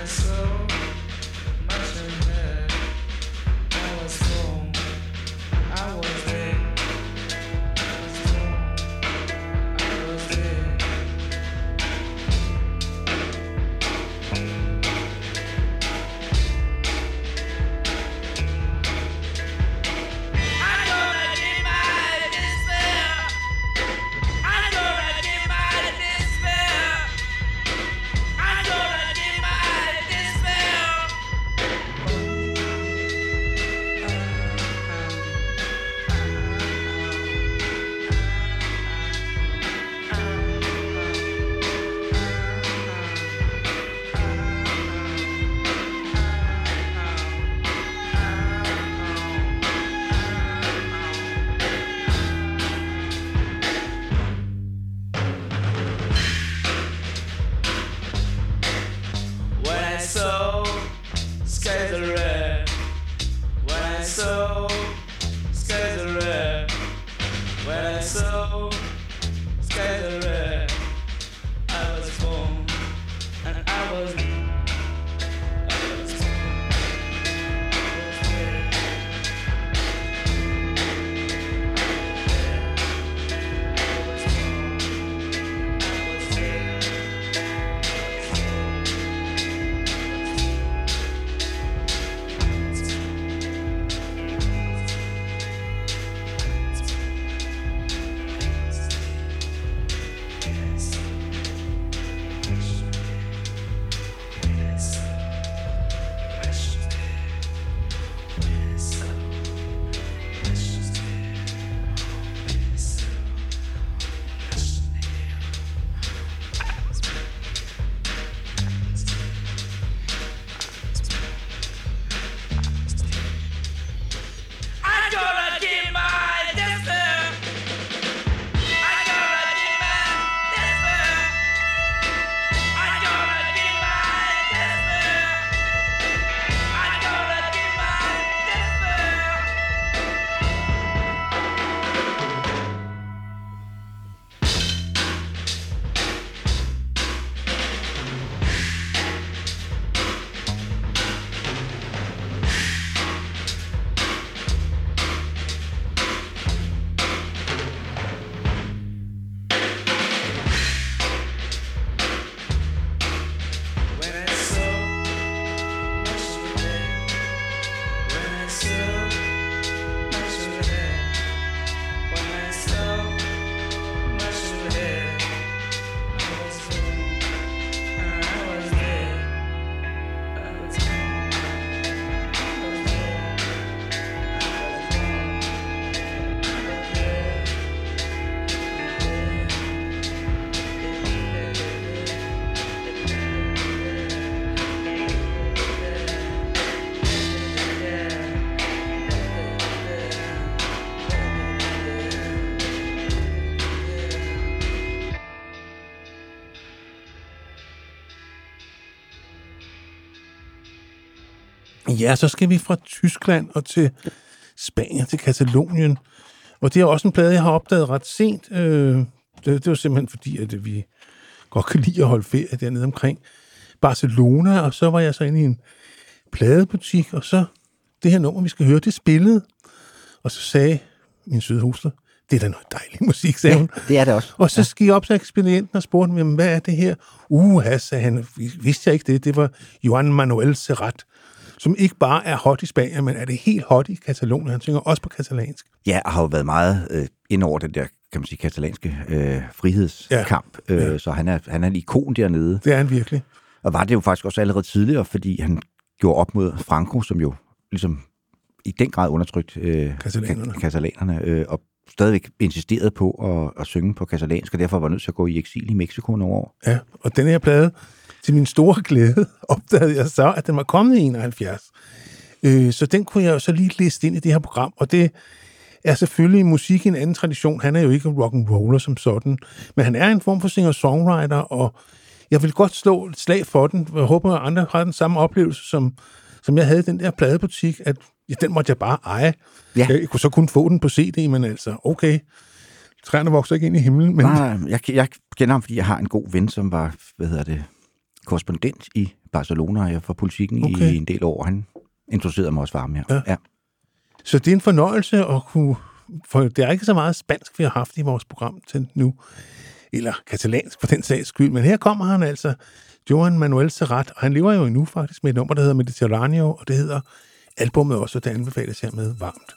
Ja, så skal vi fra Tyskland og til Spanien, til Katalonien. Og det er også en plade, jeg har opdaget ret sent. Øh, det, det var simpelthen fordi, at vi godt kan lide at holde ferie dernede omkring Barcelona, og så var jeg så inde i en pladebutik, og så det her nummer, vi skal høre, det spillede. Og så sagde min søde hustru, det er da noget dejlig musik, sagde hun. Ja, det er det også. Og så gik jeg op til ekspedienten og spurgte ham, hvad er det her? Uh, sagde han, vidste jeg ikke det? Det var Joan Manuel Serrat, som ikke bare er hot i Spanien, men er det helt hot i Katalonien. Han synger også på katalansk. Ja, og har jo været meget øh, ind over den der, kan man sige, katalanske øh, frihedskamp. Ja. Øh, Ja. så han er, han er en ikon dernede. Det er han virkelig. Og var det jo faktisk også allerede tidligere, fordi han gjorde op mod Franco, som jo ligesom i den grad undertrykt øh, Katalanerne. ka- katalanerne, øh, og stadigvæk insisterede på at, at synge på katalansk, og derfor var nødt til at gå i eksil i Mexico nogle år. Ja, og den her plade, til min store glæde, opdagede jeg så, at den var kommet i enoghalvfjerds. Øh, så den kunne jeg jo så lige læse ind i det her program, og det er selvfølgelig musik i en anden tradition. Han er jo ikke rock'n'roller som sådan, men han er en form for singer-songwriter, og jeg vil godt slå et slag for den. Jeg håber, at andre har den samme oplevelse, som, som jeg havde i den der pladebutik, at ja, den måtte jeg bare eje. Ja. Jeg kunne så kun få den på C D, men altså, okay, træerne vokser ikke ind i himlen, men Nej, nej, jeg, jeg kender ham, fordi jeg har en god ven, som var, hvad hedder det, korrespondent i Barcelona, og jeg for Politikken Okay. i en del år. Han introducerede mig også for ham her. Ja. Ja. Så det er en fornøjelse at kunne... For det er ikke så meget spansk, vi har haft i vores program til nu. Eller katalansk for den sags skyld. Men her kommer han altså, Joan Manuel Serrat, og han lever jo endnu faktisk med et nummer, der hedder Mediterraneo, og det hedder albumet også, og det anbefales hermed varmt.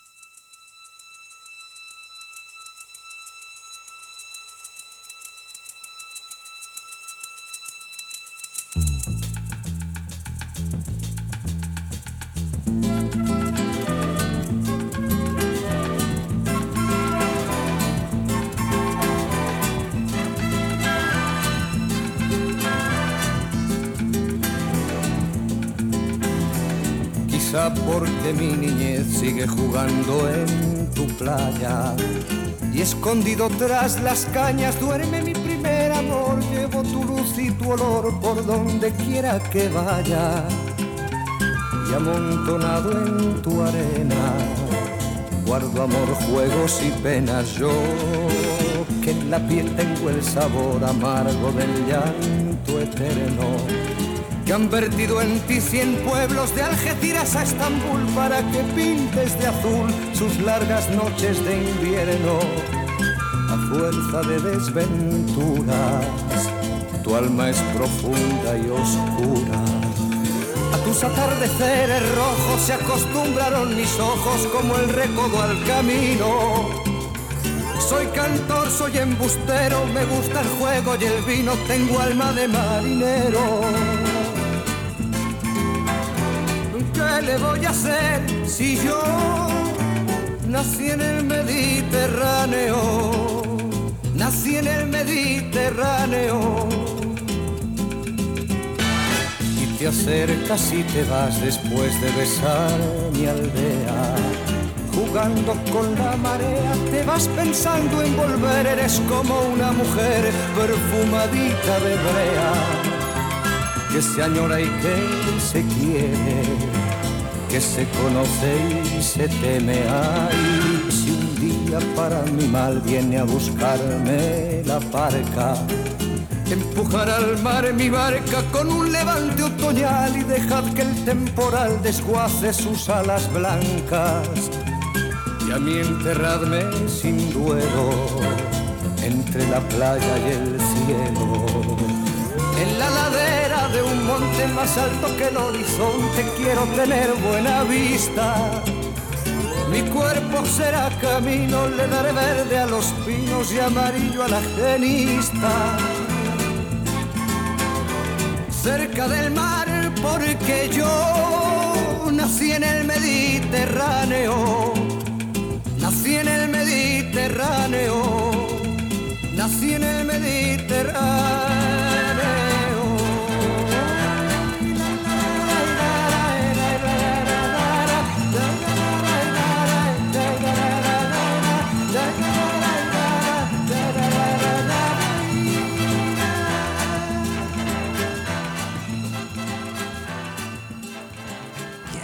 Quizá porque mi niñez sigue jugando en tu playa y escondido tras las cañas duerme mi primer amor. Llevo tu luz y tu olor por donde quiera que vaya y amontonado en tu arena guardo amor, juegos y penas. Yo que en la piel tengo el sabor amargo del llanto eterno, que han vertido en ti cien pueblos de Algeciras a Estambul para que pintes de azul sus largas noches de invierno. A fuerza de desventuras, tu alma es profunda y oscura. A tus atardeceres rojos se acostumbraron mis ojos como el recodo al camino. Soy cantor, soy embustero, me gusta el juego y el vino, tengo alma de marinero. ¿Qué le voy a hacer si yo nací en el Mediterráneo? Nací en el Mediterráneo. Y te acercas y te vas después de besar mi aldea. Jugando con la marea, te vas pensando en volver. Eres como una mujer perfumadita de brea, que se añora y que se quiere, que se conoce y se teme. Ay, si un día para mi mal viene a buscarme la parca, empujar al mar mi barca con un levante otoñal y dejad que el temporal desguace sus alas blancas. Y a mí enterradme sin duelo entre la playa y el cielo, en la ladera de un monte más alto que el horizonte. Quiero tener buena vista, mi cuerpo será camino, le daré verde a los pinos y amarillo a la genista. Cerca del mar porque yo nací en el Mediterráneo. Nací en el Mediterráneo, nací en el Mediterráneo.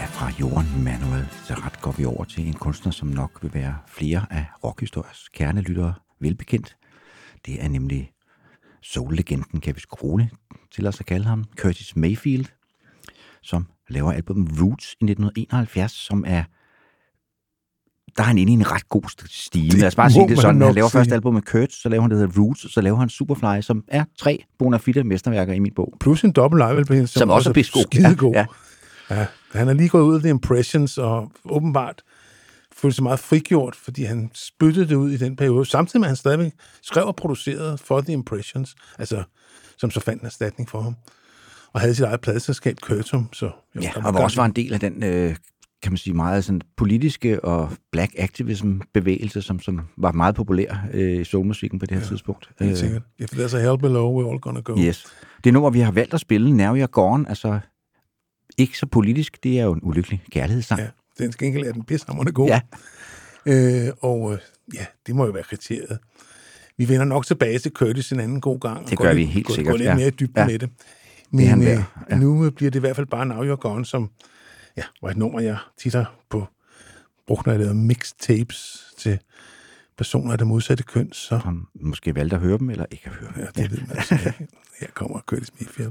fra Johan Manuel Serrat går vi over til en kunstner, som nok vil være flere af rockhistoriers kernelyttere velbekendt. Det er nemlig soul-legenden, kan vi skrue til os at kalde ham, Curtis Mayfield, som laver albumet Roots i nitten enoghalvfjerds, som er... Der er han inde i en ret god stil. Lad os bare sige det sådan. Han laver først album med Kurt, så laver han det hedder Roots, og så laver han Superfly, som er tre bona fide mesterværker i min bog. Plus en dobbelt live, som, som også er biskop. Skidegod. Ja, ja. Ja, han er lige gået ud af The Impressions, og åbenbart følte sig meget frigjort, fordi han spyttede det ud i den periode, samtidig med, at han stadigvæk skrev og producerede for The Impressions, altså som så fandt en erstatning for ham, og havde sit eget pladeselskab, Curtum. Så, jo, ja, og også var en del af den, øh, kan man sige, meget sådan politiske og black activism-bevægelse, som, som var meget populær øh, i soulmusikken på det her ja, tidspunkt. Helt sikkert. If there's a hell below, we're all gonna go. Yes. Det nummer, vi har valgt at spille, Now You're Gone, altså ikke så politisk, det er jo en ulykkelig kærlighedssang. Ja, den skal ikke lade den pishamrende god. Ja. Øh, og øh, ja, det må jo være kriteriet. Vi vender nok tilbage til Curtis en anden god gang. Det gør vi lidt, helt gå, sikkert. Gå lidt ja. mere i dybden ja. med det. Men Men det øh, ja. nu bliver det i hvert fald bare Now You're Gone, som ja, var et nummer, jeg titter på, brugt når jeg lavede mixtapes til personer af det modsatte køn. Så Som måske valgte at høre dem, eller ikke at høre dem. ja, det ved man altså ikke. Her kommer Curtis Mayfield.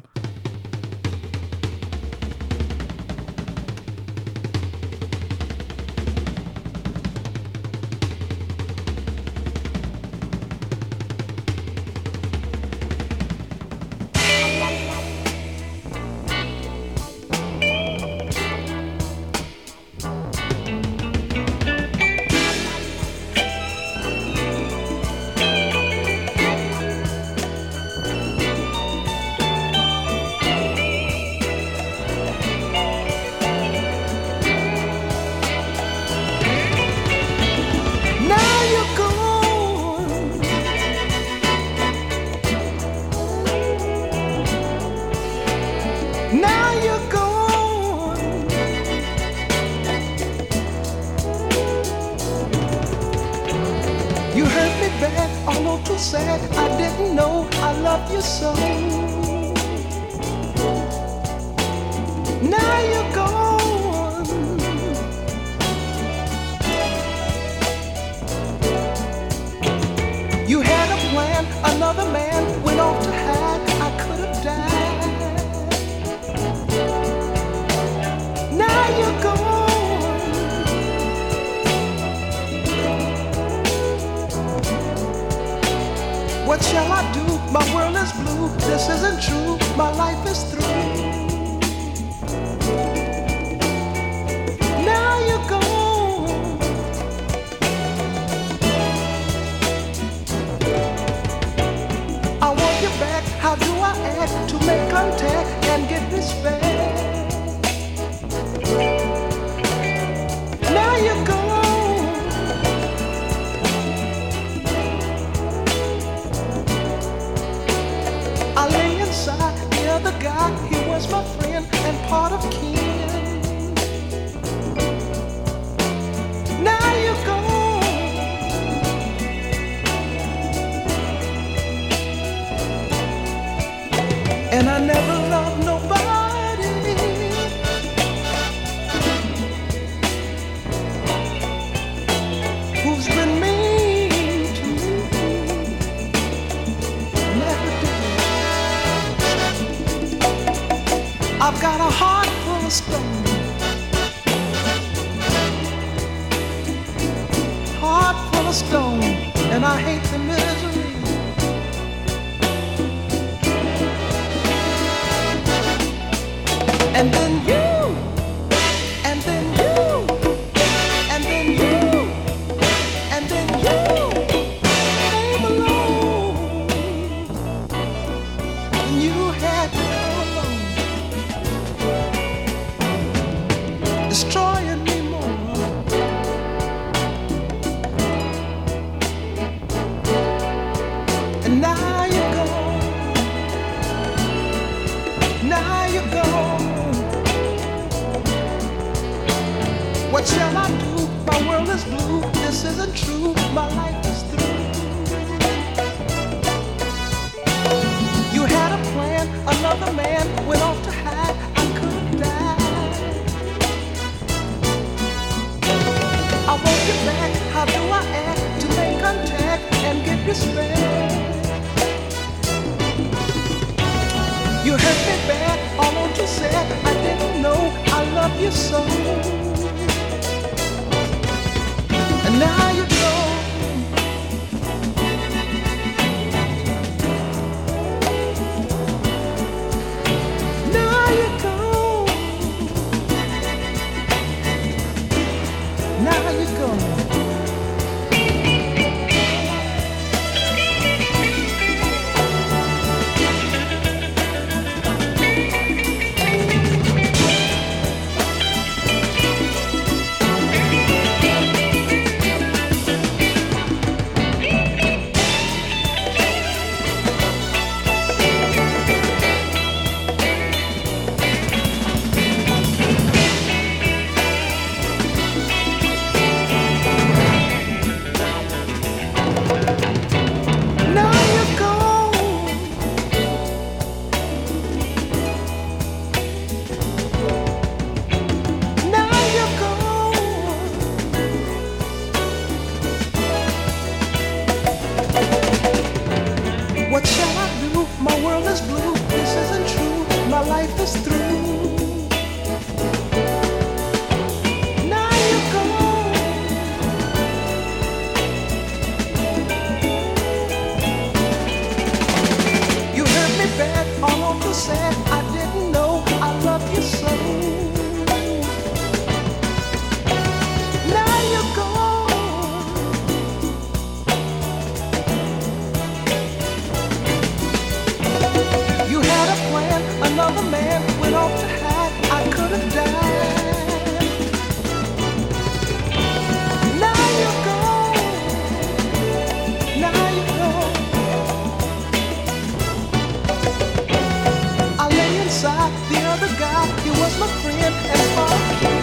Sad, I didn't know I loved you so. Now you're gone. You had a plan, another man went off to hide. I could have died. Now you're gone. What shall I do? My world is blue. This isn't true. My life is through. Now you're gone. I want you back. How do I act to make contact and get respect? Now you're gone. I lay inside the other guy, he was my friend and part of kin. Now you're gone. And I never loved nobody who's been mean to me. Never did. I've got a heart full of stone, heart full of stone, and I hate the misery. And then you, and then you, and then you, and then you came along, and you had to come along, destroying me more. And now you're gone, now you're gone. What shall I do? My world is blue. This isn't true. My life is through. You had a plan. Another man went off to hide. I could have died. despair. You hurt me bad, almost too sad. I didn't know I love you so. And now you go. Now you go. Now you go. What shall I do? My world is blue. This isn't true. My life is through. Now you go. You hurt me bad, all over sad. I didn't know I love you so. Now you go. Another man went off to hide. I could have died. Now you go. Now you go. I lay inside the other guy. He was my friend and my king.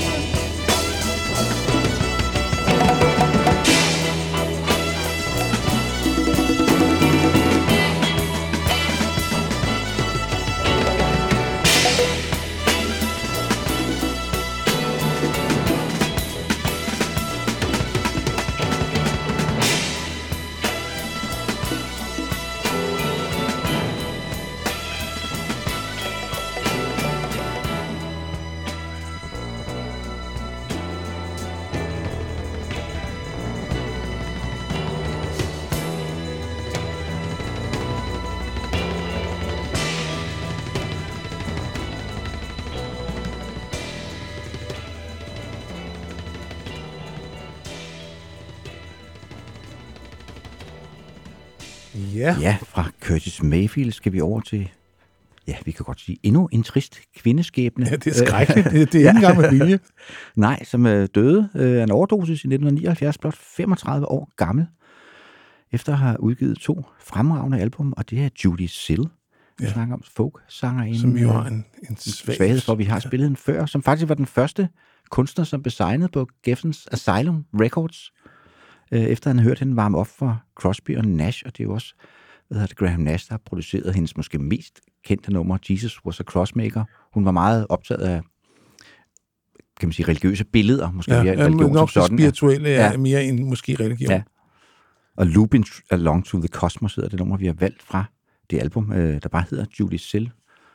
Ja. Ja, fra Curtis Mayfield skal vi over til, ja, vi kan godt sige, endnu en trist kvindeskæbne. Ja, det er skrækkeligt. Det, det er ikke engang med vilje. Nej, som øh, døde øh, af en overdosis i nitten nioghalvfjerds, blot femogtredive år gammel, efter at have udgivet to fremragende album, og det er Judy Sill, vi Ja. snakker om folk-sangerinde. Som jo har en, en svag... svaghed for, vi har spillet den før, som faktisk var den første kunstner, som blev signet på Geffens Asylum Records, øh, efter han havde hørt hende varme op for Crosby og Nash, og det er jo også, hvad hedder det, Graham Nash, der har produceret hendes måske mest kendte nummer, Jesus Was a Crossmaker. Hun var meget optaget af, kan man sige, religiøse billeder, måske Ja, mere ja, religion nok som det sådan. spirituelle er Ja. mere end måske religion. Ja. Og Looping Along to the Cosmos hedder det nummer, vi har valgt fra det album, øh, der bare hedder Judy Sill,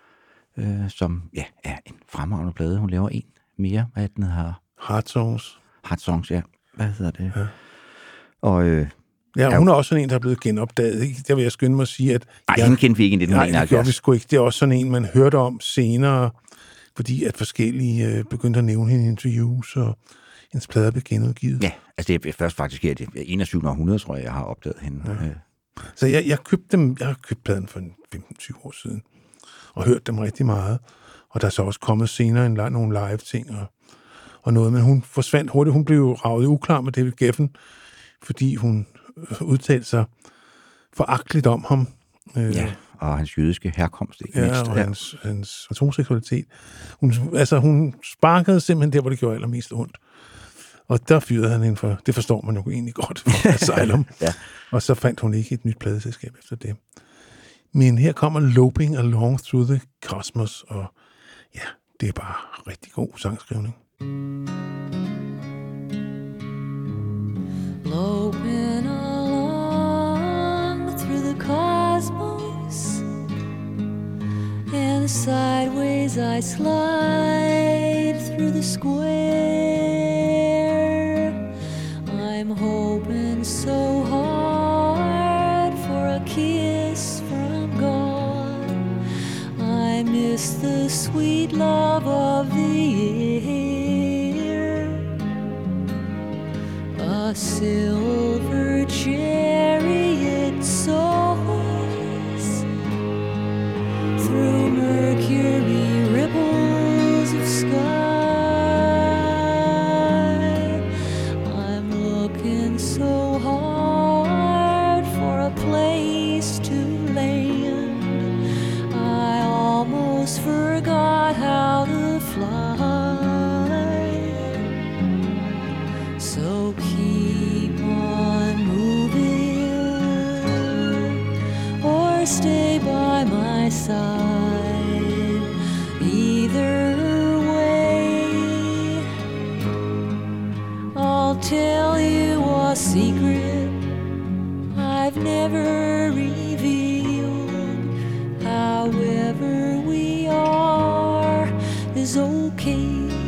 øh, som ja, er en fremragende plade. Hun laver en mere, hvad den hedder? Heart Songs. Heart Songs, ja. Hvad hedder det? Ja. Og øh, Ja, hun er også sådan en, der er blevet genopdaget. Ikke? Der vil jeg skynde mig at sige, at... nej, jeg, hende kendte vi ikke i nitten nej, det gjorde vi enoghalvfjerds. sgu ikke. Det er også sådan en, man hørte om senere, fordi at forskellige øh, begyndte at nævne hende i interviews, og hendes plader blev genudgivet. Ja, altså det er først faktisk her, det er enogtyvende århundrede, tror jeg, jeg har opdaget hende. Ja. Øh, Så jeg, jeg købte dem, jeg har købt pladen for femten tyve år siden, og hørt dem rigtig meget. Og der er så også kommet senere en, nogle live-ting og, og noget, men hun forsvandt hurtigt. Hun blev ravet uklar med David Geffen, fordi hun udtalte sig foragteligt om ham. Øh, ja, og hans jødiske herkomst, ikke ja, mindst. og hans, hans homoseksualitet. Hun, altså, hun sparkede simpelthen der, hvor det gjorde allermest ondt. Og der fyrede han hende for, det forstår man jo egentlig godt, for Asylum. Ja. Og så fandt hun ikke et nyt pladeselskab efter det. Men her kommer Loping Along Through the Cosmos, og ja, det er bare rigtig god sangskrivning. Loping along as I slide through the square. I'm hoping so hard for a kiss from God. I miss the sweet love of the air. A silver chariot soars through mercury ripples of sky. I'm looking so hard for a place to land. I almost forgot how to fly. So keep on moving or stay by my side. Either way, I'll tell you a secret I've never revealed. However we are is okay.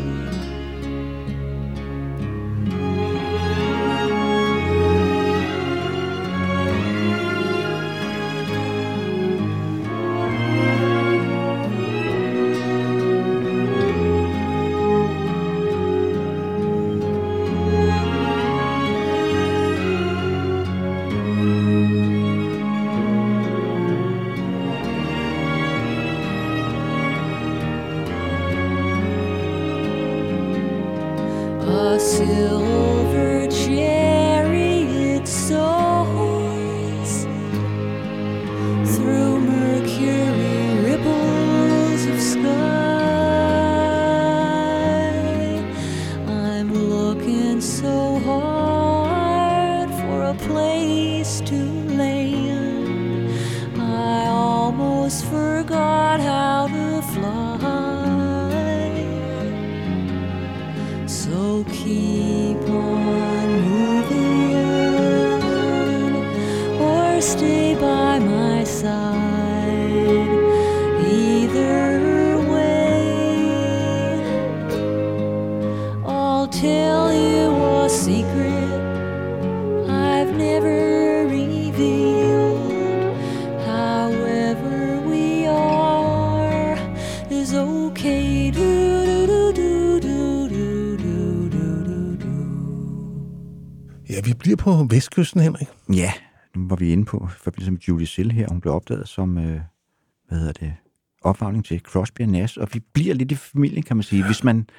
A silver chariot soars through mercury ripples of sky. I'm looking so hard for a place to land. I almost forgot how to fly. So keep on moving or stay by my side. Either way, I'll tell you a secret I've never revealed. However we are is okay. Do, do, do, do, do, do. Ja, vi bliver på vestkysten, Henrik. Ja, nu var vi inde på i forbindelse med Judy Sill her. Hun blev opdaget som, øh, hvad hedder det, opvarmning til Crosby og Nash, og vi bliver lidt i familien, kan man sige. Ja. Hvis man,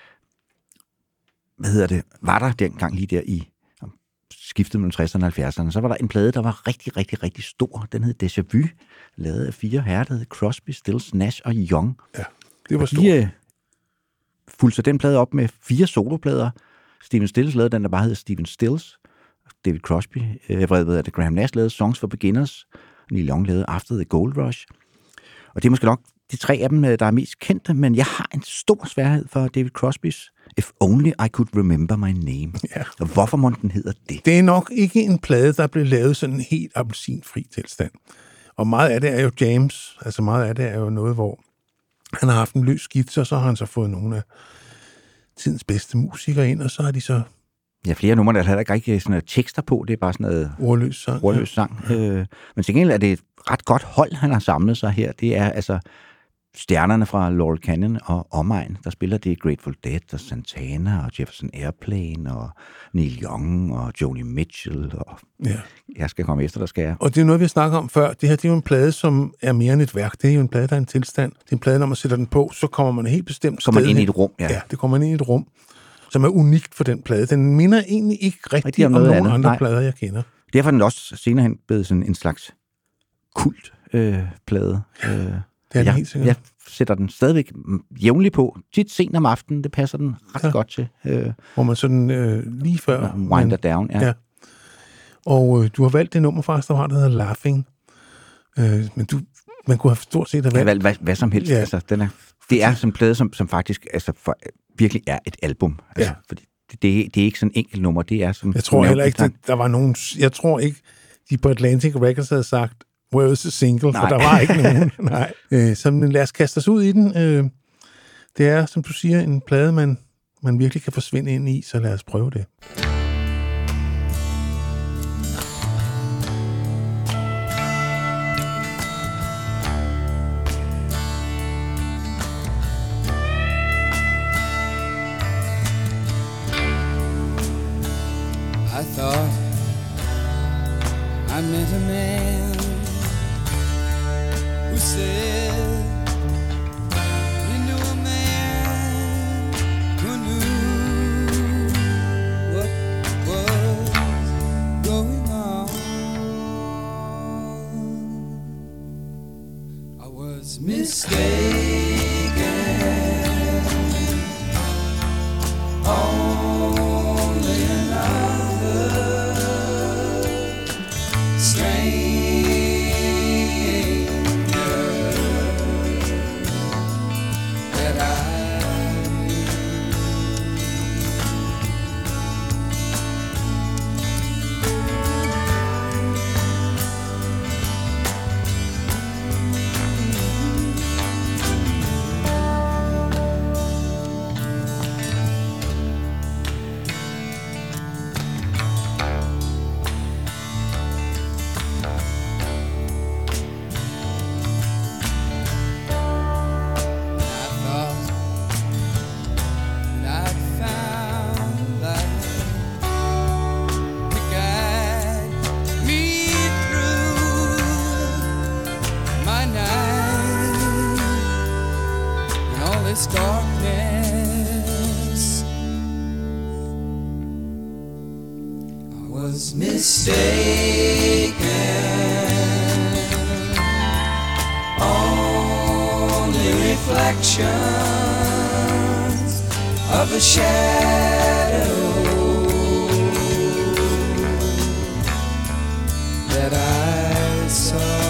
hvad hedder det, var der dengang lige der i skiftet mellem tresserne og halvfjerdserne, så var der en plade, der var rigtig, rigtig, rigtig stor. Den hed Déjà Vu, lavet af fire herrer, der hed Crosby, Stills, Nash og Young. Ja, det var og stort. de øh, fulgte så den plade op med fire soloplader. Steven Stills lavede den, der bare hedder Steven Stills. David Crosby, øh, hvad ved jeg, Graham Nash lavede Songs for Beginners. Neil Young lavede After the Gold Rush. Og det er måske nok de tre af dem, der er mest kendte, men jeg har en stor sværhed for David Crosbys If Only I Could Remember My Name. Ja. Og hvorfor må den hedder det? Det er nok ikke en plade, der blev lavet sådan en helt appelsinfri tilstand. Og meget af det er jo James. Altså meget af det er jo noget, hvor han har haft en løs skitse, og så har han så fået nogle af tidens bedste musikere ind, og så har de så... Ja, flere numre, der er heller ikke sådan noget tekster på, det er bare sådan noget... Ordløs sang. Ordløs sang. Ja. Øh, men til gengæld er det et ret godt hold, han har samlet sig her. Det er altså stjernerne fra Laurel Canyon og omegn, der spiller det Grateful Dead og Santana og Jefferson Airplane og Neil Young og Joni Mitchell og... Ja. Jeg skal komme efter, der skal jeg. Og det er noget, vi har snakket om før. Det her, det er jo en plade, som er mere end et værk. Det er jo en plade, der er en tilstand. Det er en plade, når man sætter den på, så kommer man helt bestemt kommer man ind hen. i et rum, ja. Ja, det kommer man ind i et rum, som er unikt for den plade. Den minder egentlig ikke rigtig, rigtig om, om nogle andet. andre Nej. plader, jeg kender. Derfor er den også senere hen blevet sådan en slags kultplade. Øh, plade. øh, det er jeg, helt sikkert. Jeg sætter den stadigvæk jævnligt på. Tit sent om aftenen, det passer den ret ja. godt til. Øh, Hvor man sådan øh, lige før... Winder down, ja. ja. Og øh, du har valgt det nummer faktisk, der var, der hedder Laughing. Øh, men du, man kunne have stort set have valgt... Valg, hvad, hvad som helst. Ja. Altså, den er, det er sådan en plade, som, som faktisk altså, for, virkelig er et album. Altså, ja. Fordi det, det, det er ikke sådan en enkelt nummer. Det er som... Jeg tror heller ikke, der, der var nogen... Jeg tror ikke, de på Atlantic Records havde sagt, where is the single? Nej. For der var ikke nogen. Nej. Øh, så lad os kaste os ud i den. Øh, det er, som du siger, en plade, man, man virkelig kan forsvinde ind i, så lad os prøve det. I thought I met a man who said he knew a man who knew what was going on. I was mistaken. Only another that I knew. Of a shadow that I saw.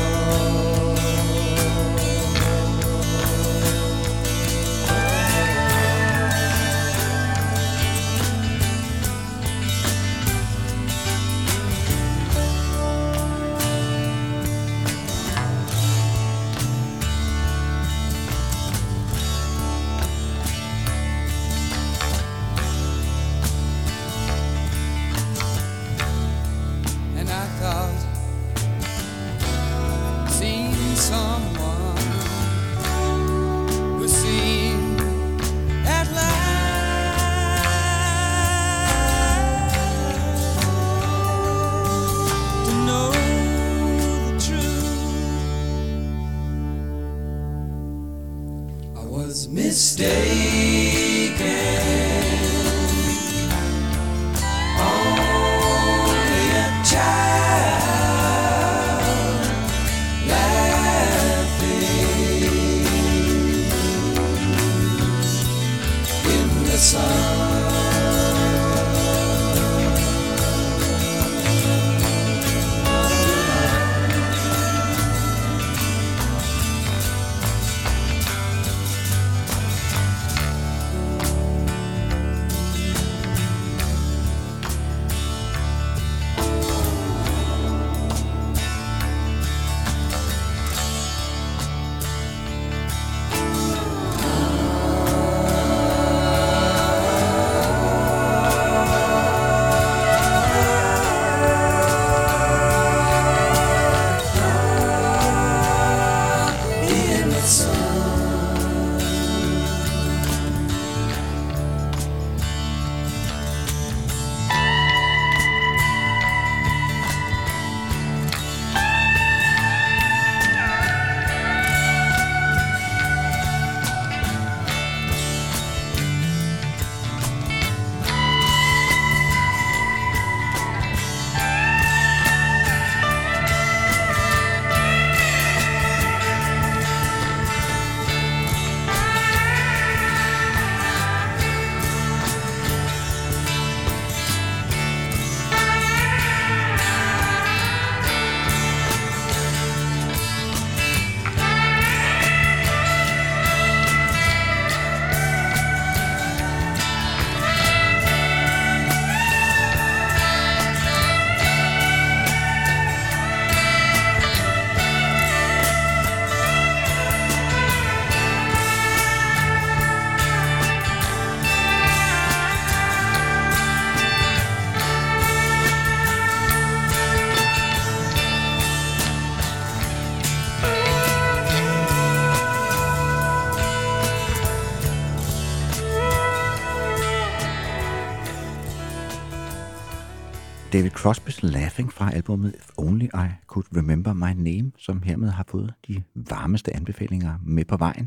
David Crosby's Laughing fra albumet If Only I Could Remember My Name, som hermed har fået de varmeste anbefalinger med på vejen.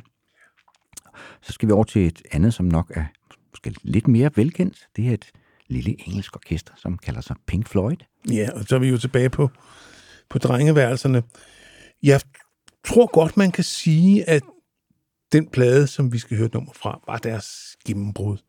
Så skal vi over til et andet, som nok er måske lidt mere velkendt. Det er et lille engelsk orkester, som kalder sig Pink Floyd. Ja, og så er vi jo tilbage på, på drengeværelserne. Jeg tror godt, man kan sige, at den plade, som vi skal høre et nummer fra, var deres gennembrud.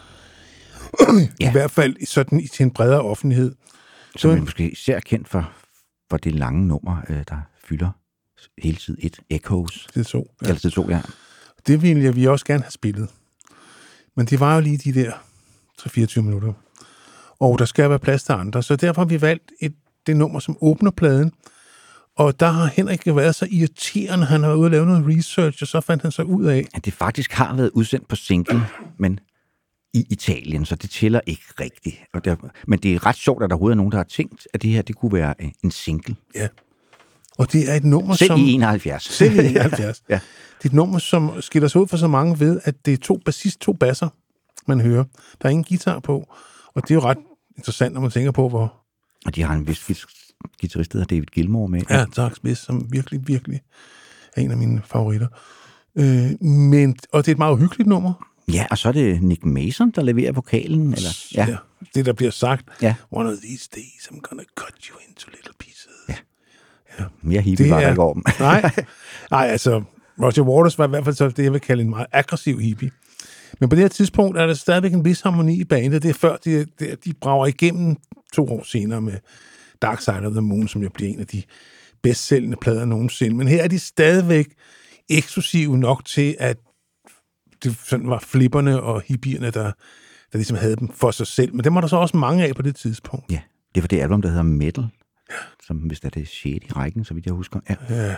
Ja. I hvert fald sådan til en bredere offentlighed. Som er måske især kendt for, for det lange nummer, der fylder hele tiden et Echoes. Det er to. Ja. Eller det to, ja. Det ville jeg vi også gerne have spillet. Men det var jo lige de der tre til fireogtyve minutter. Og der skal være plads til andre. Så derfor har vi valgt et, det nummer, som åbner pladen. Og der har Henrik været så irriterende. Han har været ude og lave noget research, og så fandt han så ud af... At det faktisk har været udsendt på single, men i Italien, så det tæller ikke rigtigt. Og der, men det er ret sjovt, at der overhovedet er nogen, der har tænkt, at det her det kunne være en single. Ja. Og det er et nummer, selv som... i enoghalvfjerds. Selv i enoghalvfjerds. Ja. Det er et nummer, som skiller sig ud for så mange ved, at det er to bassist, to basser, man hører. Der er ingen guitar på, og det er jo ret interessant, når man tænker på, hvor... Og de har en vis guitarist, der hedder David Gilmour med. Ja, Dark Smith, som virkelig, virkelig er en af mine favoritter. Øh, men, og det er et meget uhyggeligt nummer. Ja, og så er det Nick Mason, der leverer vokalen. Eller, ja. ja. Det, der bliver sagt. Ja. One of these days, I'm gonna cut you into little pieces. Ja. Ja. Mere hippie det var der ikke over dem. nej, nej, altså, Roger Waters var i hvert fald så det, jeg vil kalde en meget aggressiv hippie. Men på det her tidspunkt er der stadigvæk en vis harmoni i bandet. Det er før, de, de, de brager igennem to år senere med Dark Side of the Moon, som jo bliver en af de bedst sælgende plader nogensinde. Men her er de stadigvæk eksklusive nok til, at det sådan var flipperne og hippierne, der, der ligesom havde dem for sig selv. Men dem var der så også mange af på det tidspunkt. Ja, det var det album, der hedder Metal, som hvis det er det sjette i rækken, så vidt jeg husker. Ja. ja.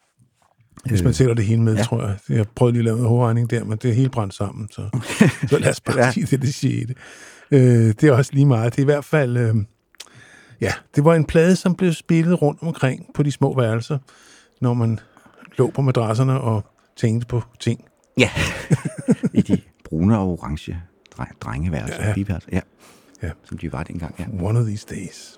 Hvis man tæller det hele med, ja. tror jeg. Jeg prøvede lige at lave noget hovedregning der, men det er helt brændt sammen, så, så lad os bare ja. sige, det er det sjette. Øh, det er også lige meget. Det er i hvert fald... Øh, ja, det var en plade, som blev spillet rundt omkring på de små værelser, når man lå på madrasserne og tænkte på ting. Ja, i de brune og orange drengeværelser, ja, ja. Pigeværelser, ja. ja, som de var dengang. Ja. One of these days.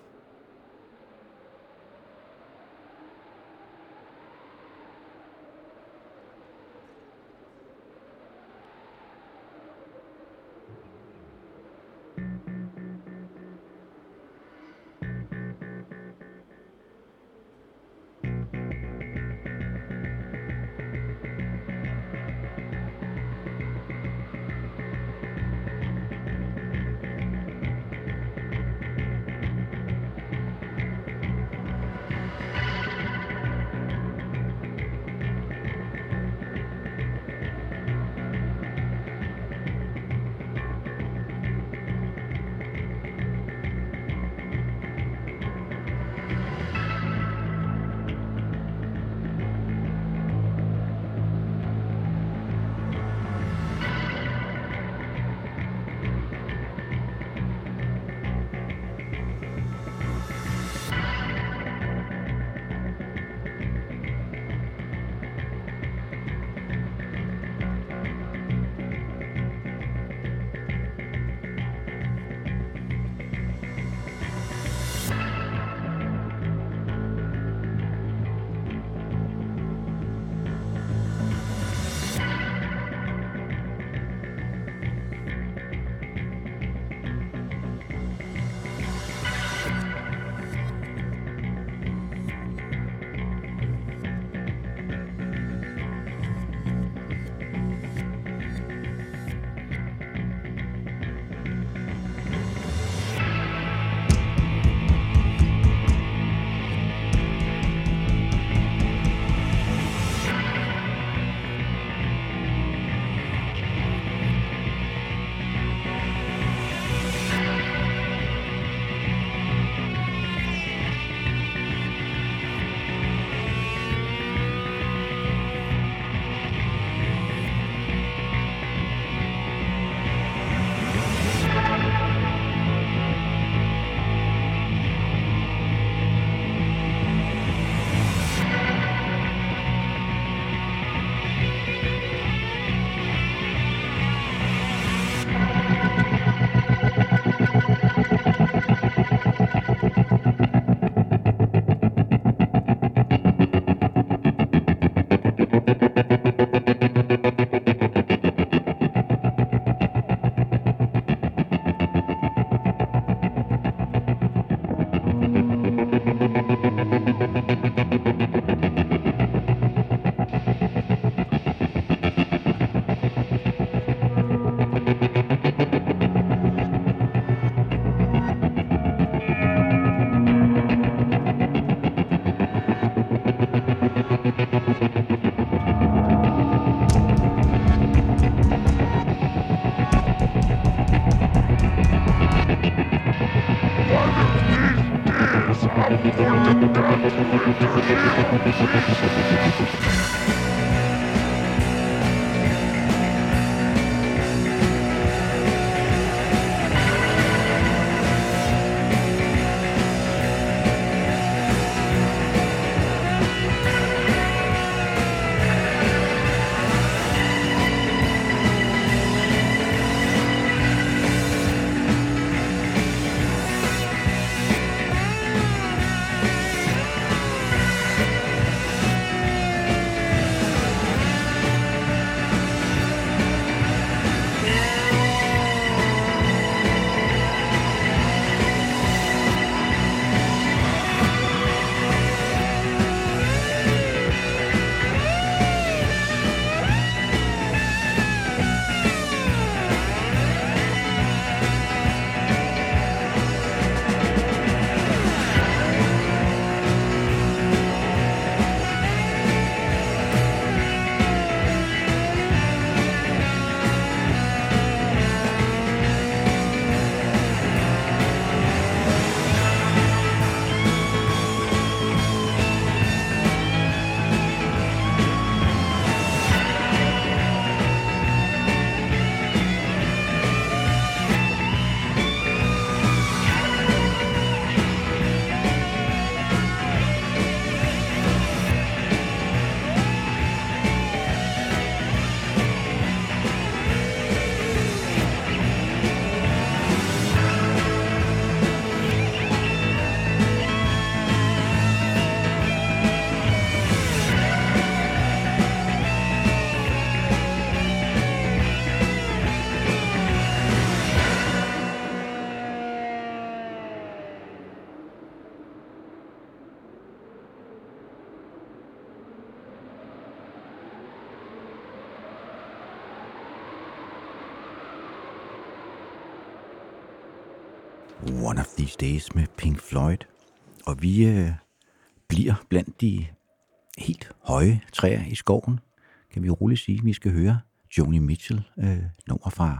One of These Days med Pink Floyd. Og vi øh, bliver blandt de helt høje træer i skoven, kan vi roligt sige. Vi skal høre Joni Mitchell, øh, nummer fra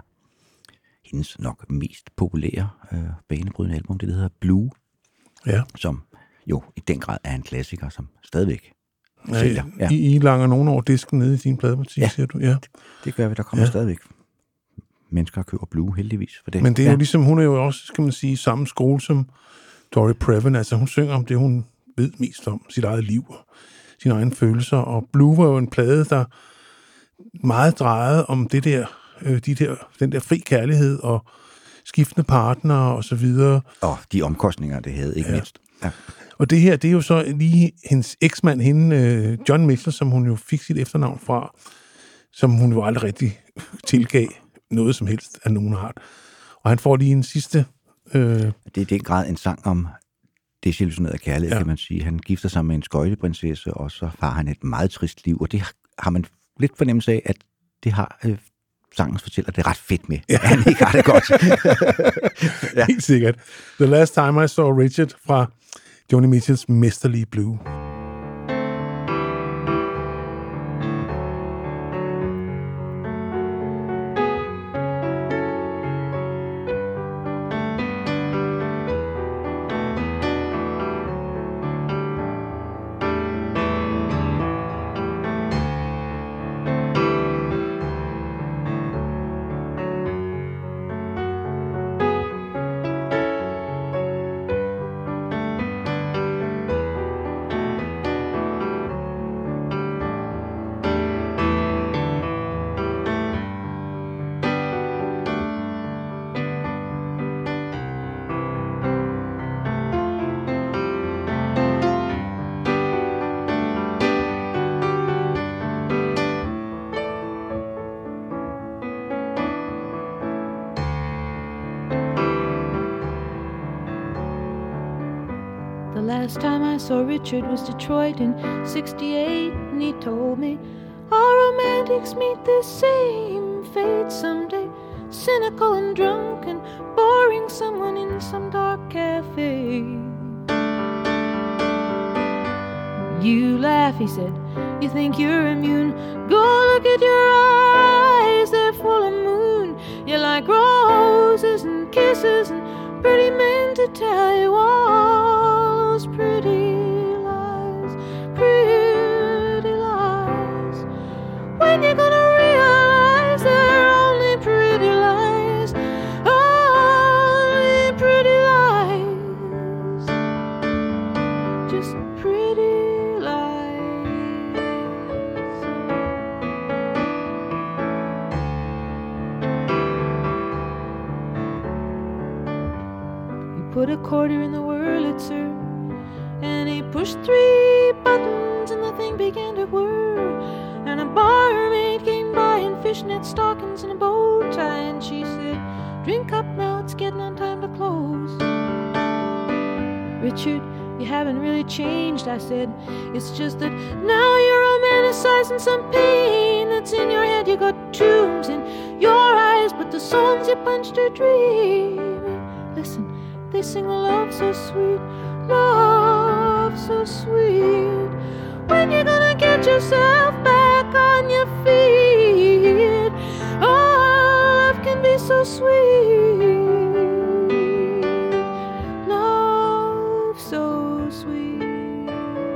hendes nok mest populære øh, banebrydende album, det der hedder Blue, ja. Som jo i den grad er en klassiker, som stadigvæk sælger. Ja. I, I langer nogen over disken nede i din pladebutik, ja, siger du? Ja, det, det gør vi. Der kommer ja. stadigvæk mennesker og køber Blue, heldigvis for det. Men det er ja. jo ligesom, hun er jo også, skal man sige, samme skole som Dory Previn. Altså hun synger om det, hun ved mest om, sit eget liv og sine egne følelser. Og Blue var jo en plade, der meget drejede om det der, øh, de der, den der fri kærlighed og skiftende partnere og så videre. Og de omkostninger, det havde, ikke ja. mindst. Ja. Og det her, det er jo så lige hendes eksmand, hende, øh, John Mitchell, som hun jo fik sit efternavn fra, som hun jo aldrig rigtig tilgav noget som helst af nogen art. Og han får lige en sidste... Øh... Det er i den grad en sang om desillusioneret kærlighed, ja. kan man sige. Han gifter sig med en skøjteprinsesse, og så har han et meget trist liv, og det har man lidt fornemmelse af, at det har øh, sangens fortæller det ret fedt med. Ja. Han ikke har det godt. ja. Helt sikkert. The Last Time I Saw Richard fra Joni Mitchells mesterlige Blue. Last time I saw Richard was Detroit in sixty-eight, and he told me all romantics meet the same fate someday. Cynical and drunk and boring someone in some dark cafe. You laugh, he said, you think you're immune. Go look at your eyes, they're full of moon. You like roses and kisses and pretty men to tell you all those pretty lies, pretty lies. When you gonna realize they're only pretty lies, only pretty lies, just pretty lies. He put a quarter in the Wurlitzer, and he pushed three buttons, and the thing began to whir. And a barmaid came by in fishnet stockings and a bow tie, and she said, "Drink up now, it's getting on time to close." "Richard, you haven't really changed," I said. "It's just that now you're romanticizing some pain that's in your head. You got tombs in your eyes, but the songs you punched are dreaming. Listen, they sing a love so sweet, love so sweet. When you gonna get yourself back on your feet? Oh, love can be so sweet, love so sweet."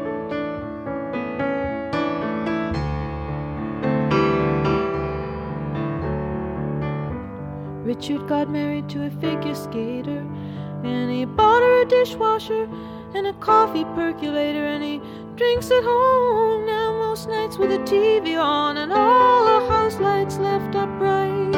Richard got married to a figure skater, and he bought her a dishwasher and a coffee percolator, and he drinks at home now most nights with a T V on and all the house lights left up bright.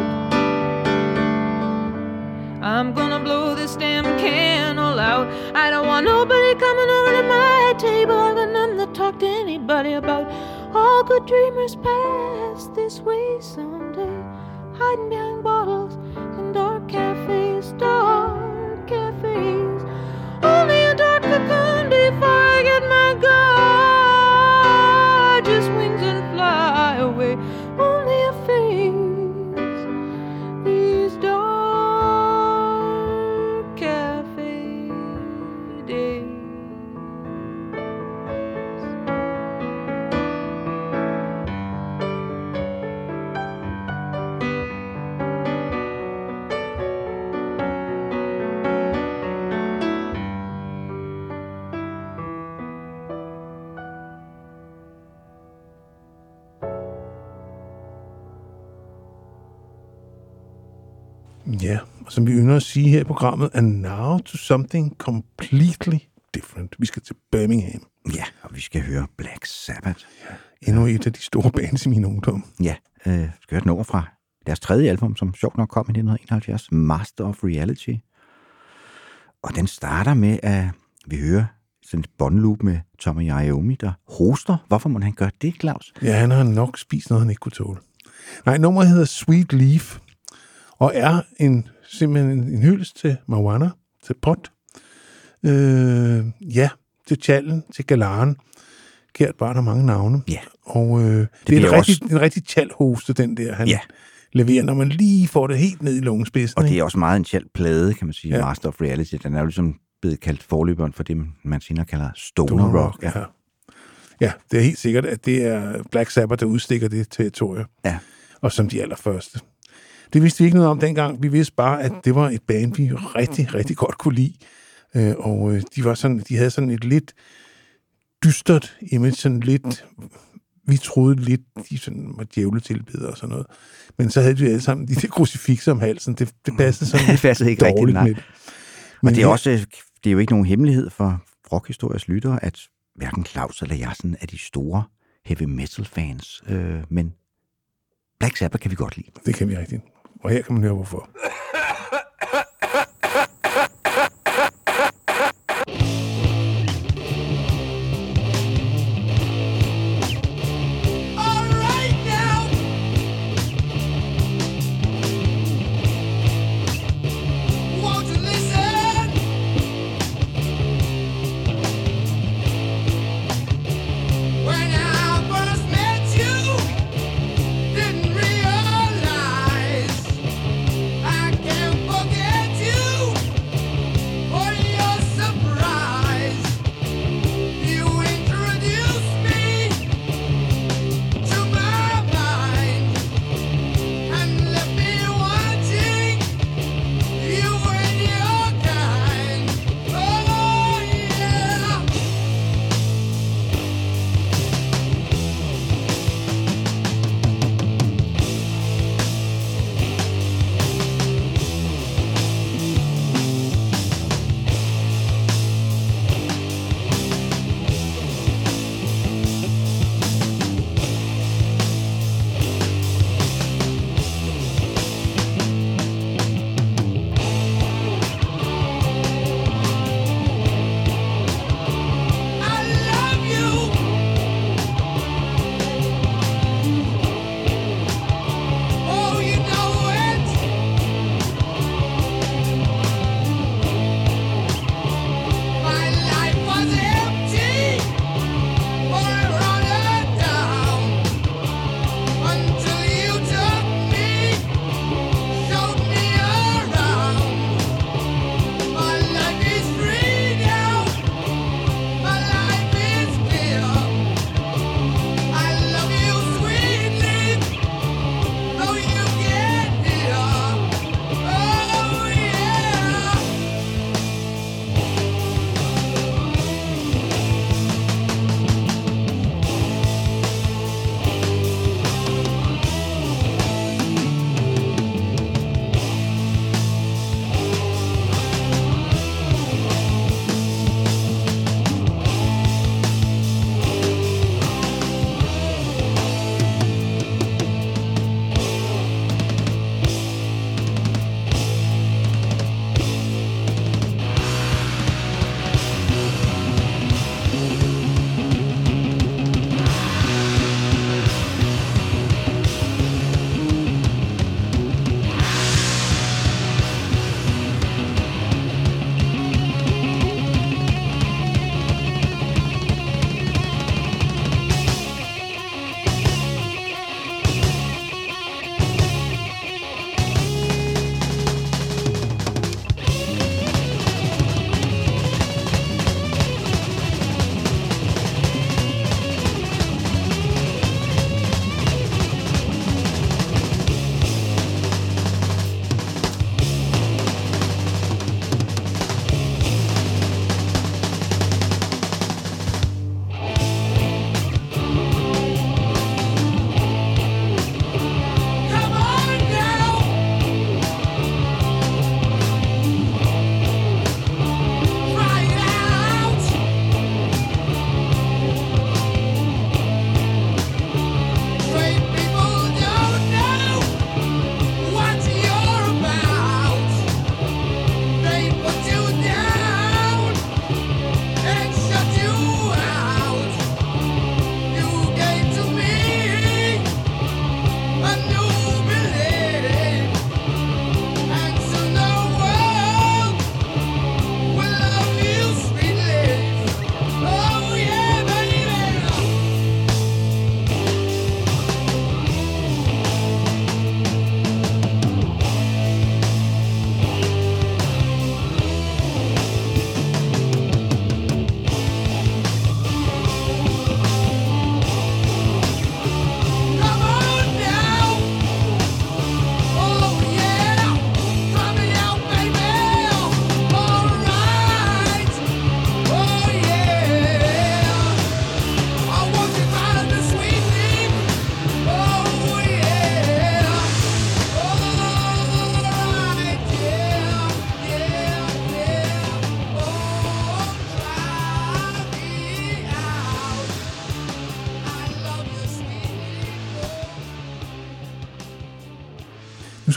"I'm gonna blow this damn candle out. I don't want nobody coming over to my table. I've got nothing to talk to anybody about. All good dreamers pass this way someday, hiding behind bottles in dark cafes, dark cafes. Only a dark cocoon before I get my gorgeous wings and fly away. Only a phase, these dark cafe days." Ja, og som vi ynder at sige her i programmet, and now to something completely different. Vi skal til Birmingham. Ja, og vi skal høre Black Sabbath. Ja, endnu et af de store bands i min ungdom. Ja, øh, vi skal høre et nummer fra deres tredje album, som sjovt nok kom i nitten enoghalvfjerds, Master of Reality. Og den starter med, at vi hører sådan et båndloop med Tommy Iommi, der hoster. Hvorfor må han gøre det, Claus? Ja, han har nok spist noget, han ikke kunne tåle. Nej, nummeret hedder Sweet Leaf, og er en, simpelthen en, en hyldest til marijuana, til pot, øh, ja, til tjallen, til galaren. Kært barn har mange navne. Ja. Og øh, det, det er en rigtig, en rigtig tjalhoste, den der, han ja. leverer, når man lige får det helt ned i lungespidsen. Og det er også meget en tjalplade, kan man sige, ja. Master of Reality. Den er jo ligesom blevet kaldt forløberen for det, man senere kalder stoner, stoner rock. Ja. ja, det er helt sikkert, at det er Black Sabbath, der udstikker det territorium. Ja. Og som de allerførste. Det vidste vi ikke noget om dengang. Vi vidste bare, at det var et band, vi rigtig, rigtig godt kunne lide. Øh, og øh, de var sådan, de havde sådan et lidt dystert image, sådan lidt, vi troede lidt, de sådan var djævletilbedere og sådan noget. Men så havde de alle sammen de der krucifixer om halsen. Det, det passede sådan det passede ikke dårligt rigtig, med det. Men det er også, det er jo ikke nogen hemmelighed for rockhistoriers lyttere, at hverken Claus eller jeg sådan er de store heavy metal fans, øh, men Black Sabbath kan vi godt lide. Det kan vi rigtigt. Og her kan man høre, hvorfor. I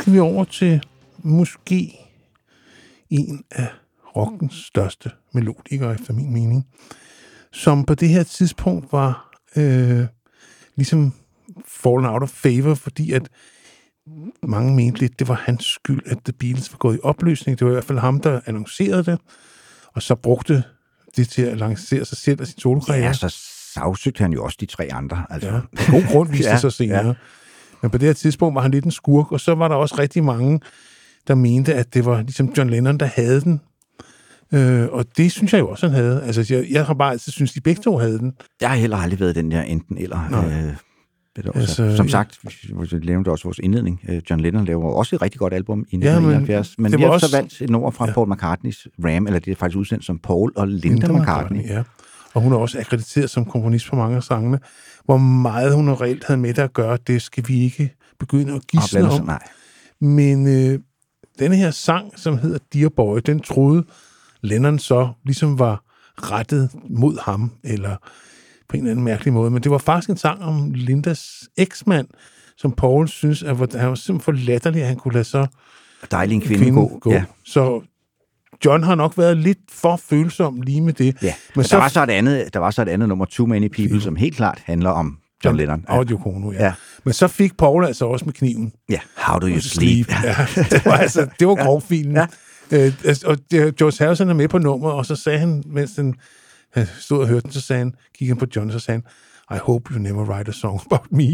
skal vi over til måske en af rockens største melodikere, efter min mening, som på det her tidspunkt var øh, ligesom fallen out of favor, fordi at mange mente lidt, det var hans skyld, at The Beatles var gået i opløsning. Det var i hvert fald ham, der annoncerede det, og så brugte det til at lancere sig selv og sin solokarriere. Ja, så sagsøgte han jo også de tre andre. Altså. Ja, på god grund viste ja, det sig senere. Ja. Men på det her tidspunkt var han lidt en skurk, og så var der også rigtig mange, der mente, at det var ligesom John Lennon, der havde den. Øh, og det synes jeg jo også, han havde. Altså, jeg, jeg har bare altid synes, de begge to havde den. Jeg har heller aldrig været den der enten eller. Øh, det altså, Altså, som ja. sagt, vi nævnte også vores indledning. Øh, John Lennon laver også et rigtig godt album i Ja, nitten men enoghalvfjerds, men, men det vi var har også- så valgt et nummer fra Ja. Paul McCartneys Ram, eller det er faktisk udsendt som Paul og Linda, Linda McCartney. Ja. Og hun er også akkrediteret som komponist på mange af sangene. Hvor meget hun reelt havde med det at gøre, det skal vi ikke begynde at gisne blande sig, om. nej. Men øh, denne her sang, som hedder Dear Boy, den troede Lennon så ligesom var rettet mod ham, eller på en eller anden mærkelig måde. Men det var faktisk en sang om Lindas eksmand, som Paul synes, at han var simpelthen for latterlig, at han kunne lade så Dejlig en kvinde, kvinde gå. gå. Ja. Så John har nok været lidt for følsom lige med det. Ja. Men der, var så et andet, der var så et andet nummer, Too Many People, som helt klart handler om John Lennon. Og Yoko Ono, ja. Ja. Men så fik Paul altså også med kniven. Ja, How Do You Sleep. Ja, det var altså, det var grovfilen. Ja. Øh, altså, og det, George Harrison er med på nummeret, og så sagde han, mens den, han stod og hørte den, så sagde han, kiggede han på John, så sagde han, I hope you never write a song about me.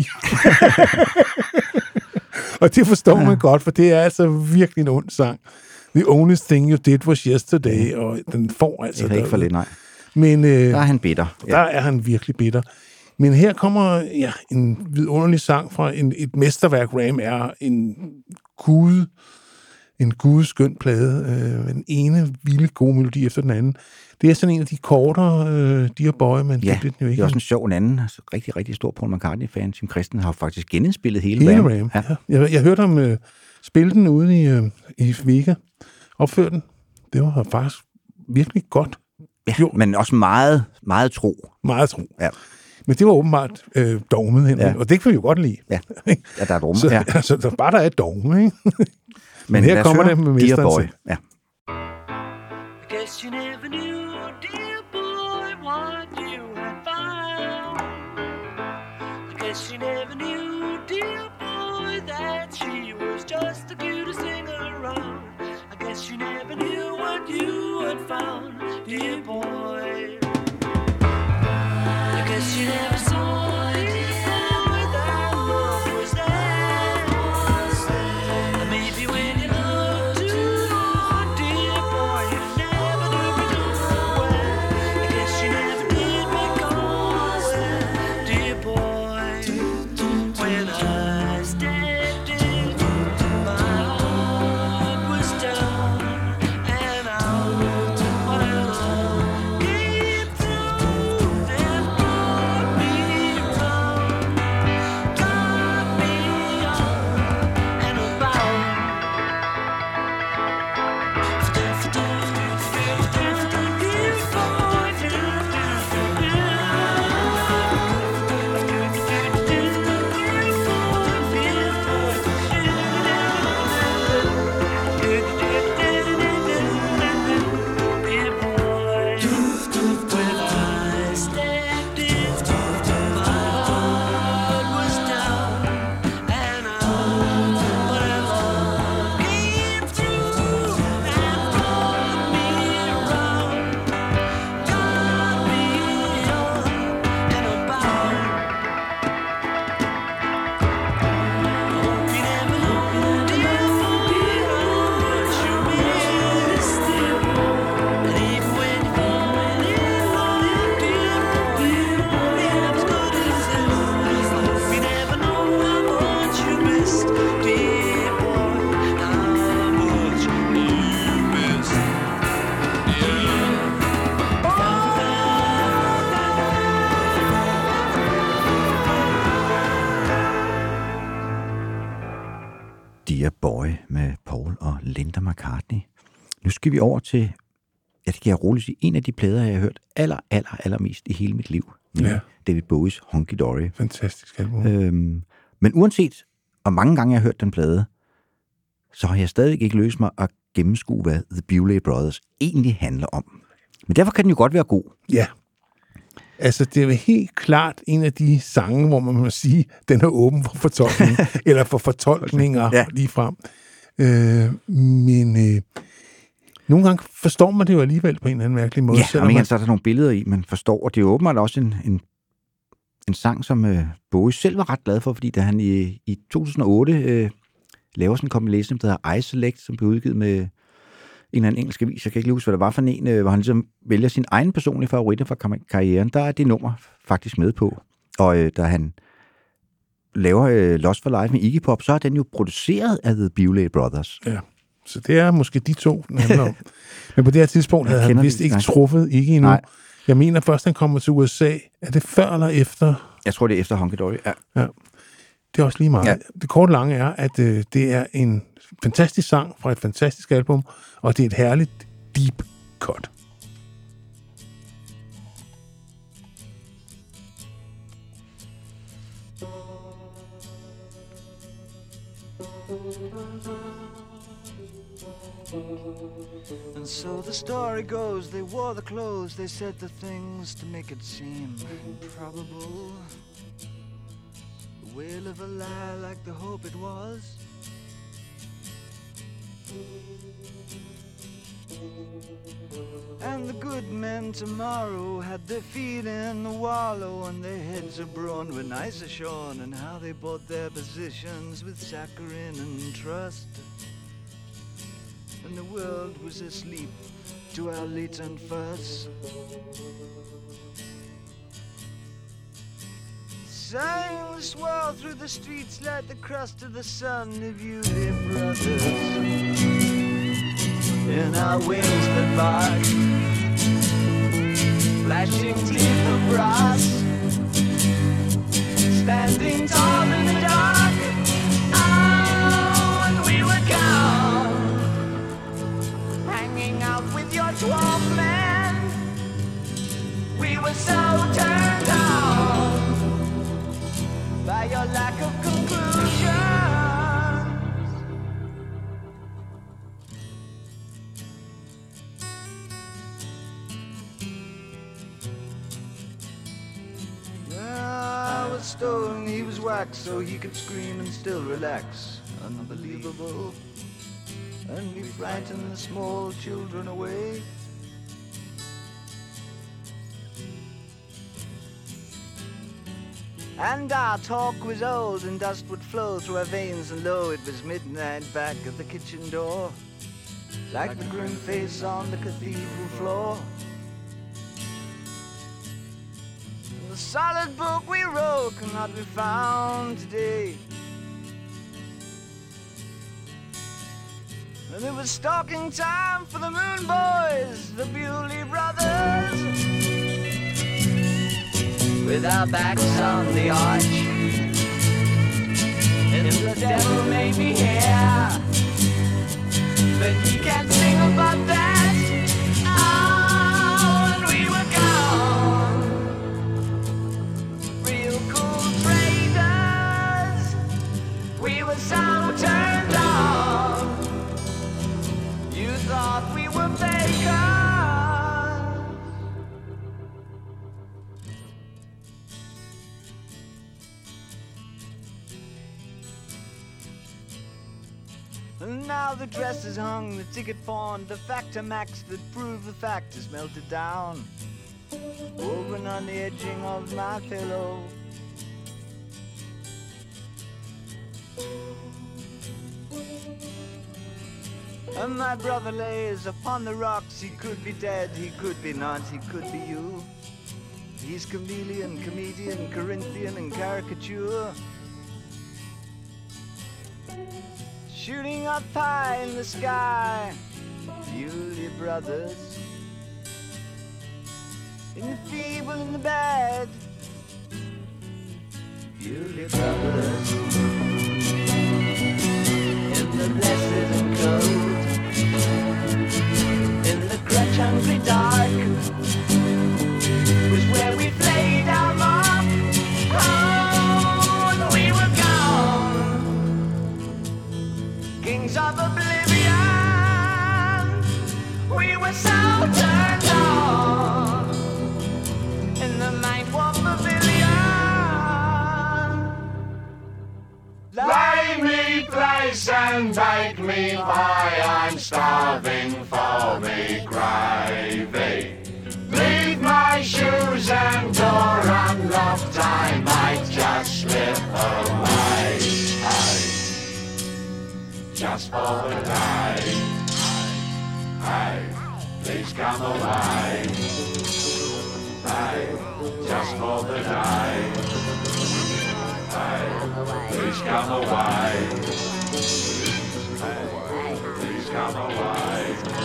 Og det forstår man godt, for det er altså virkelig en ond sang. The only thing you did was yesterday, og den får altså... Det er ikke for lidt, nej. Men, øh, Der er han bitter. Ja. Der er han virkelig bitter. Men her kommer ja, en vidunderlig sang fra en, et mesterværk. Ram er en gud, en gudskøn plade. Øh, den ene vilde gode melodi efter den anden. Det er sådan en af de kortere øh, Dear Boy, men Ja, det bliver den jo det ikke. er også en sjov en anden, altså, rigtig, rigtig stor Paul McCartney-fan. Tim Christen har faktisk genindspillet hele, Hele Ram. Ram. Ja. Ja. Jeg, jeg hørte ham øh, spille den ude i, øh, i Vega. Opføre den. Det var faktisk virkelig godt. Ja, men også meget, meget tro. Meget tro. Ja. Men det var åbenbart øh, dogmet, Henrik. Ja. Og det kan vi jo godt lide. Ja, ja der er dogme. Så, Ja. altså, der, bare der er et dogme, ikke? Men, Men her lad os kommer høre det med Dear mesteren Boy. selv. Ja. I guess you never knew, dear boy, what you had found. I guess you never knew, dear boy, that she was just the cutest thing around. I guess you never knew what you had found, dear boy. I guess you never saw, dear boy, that love was there. And maybe when you looked too hard, dear boy, you never did become aware. I guess you never did become aware, dear boy. When I stepped in, my heart was down and out. Whatever came through and brought me round, got me up and about. Dear Boy med Paul og Linda McCartney. Nu skal vi over til, ja, det kan jeg roligt sige, en af de plader, jeg har hørt aller, aller, allermest i hele mit liv. Ja. David Bowies Hunky Dory. Fantastisk album. Øhm, men uanset, og mange gange jeg har hørt den plade, så har jeg stadig ikke løst mig at gennemskue, hvad The Bewlay Brothers egentlig handler om. Men derfor kan den jo godt være god. Ja. Altså, det er helt klart en af de sange, hvor man må sige, den er åben for fortolkning, eller for fortolkninger ja. lige frem. Øh, men øh, nogle gange forstår man det jo alligevel på en eller anden mærkelig måde. Ja, og man... så er der nogle billeder i, man forstår, og det er jo åbenbart også en, en, en sang, som øh, Bowie selv var ret glad for, fordi da han i, i to tusind og otte øh, laver sådan en compilation, der hedder I Select, som blev udgivet med en eller anden engelsk avis, jeg kan ikke huske, hvad det var for en, øh, hvor han ligesom vælger sin egen personlige favoritter fra karrieren, der er det nummer faktisk med på. Og øh, da han laver øh, Lost for Life med Iggy Pop, så er den jo produceret af The Bewlay Brothers. Ja, så det er måske de to, den handler om. Men på det her tidspunkt havde han vist ikke truffet Iggy endnu. Nej. Jeg mener først, han kommer til U S A. Er det før eller efter? Jeg tror, det er efter Hunky Dory, ja. ja. Det er også lige meget. Ja. Det korte lange er, at øh, det er en fantastisk sang fra et fantastisk album, og det er et herligt deep cut. And so the story goes, they wore the clothes, they said the things to make it seem improbable. The wail of a lie like the hope it was. And the good men tomorrow had their feet in the wallow and their heads abroad when ice are shorn, and how they bought their positions with saccharine and trust. And the world was asleep to our latent fuss. Sang the swirl through the streets like the crust of the sun of you, dear brothers. In our wings that bark, flashing teeth of brass, standing tall in the dark. Oh, and we were gone, hanging out with your twelve men. We were so turned on by your lack of conclusion. Stone, he was wax, so he could scream and still relax. Unbelievable. And we frightened the small children away. And our talk was old, and dust would flow through our veins, and lo, it was midnight back at the kitchen door, like the grim face on the cathedral floor. The solid book we wrote cannot be found today. And it was stalking time for the Moon Boys, the Bewlay Brothers. With our backs on the arch, and the devil may be here, but he can't sing about that. Oh, and we were gone. We were so turned on. You thought we were fakers. And now the dress is hung, the ticket pawned, the factor max that proved the fact is melted down, woven on the edging of my pillow. And my brother lays upon the rocks. He could be dead, he could be not, he could be you. He's chameleon, comedian, Corinthian, and caricature, shooting up high in the sky. Bewlay Brothers, in the feeble and the bad. Bewlay Brothers, in the blessed and cold, in the crutch-hungry dark, was where we played our mark. Oh, and we were gone, kings of the was so turned on in the main war pavilion. Lay me place and bake me pie, I'm starving for me gravy. Leave my shoes and door unlocked, I might just slip away. Hey, just for the day. Hey, please come away. Hey, just for the day. Hey, please come away. Hey, please come away.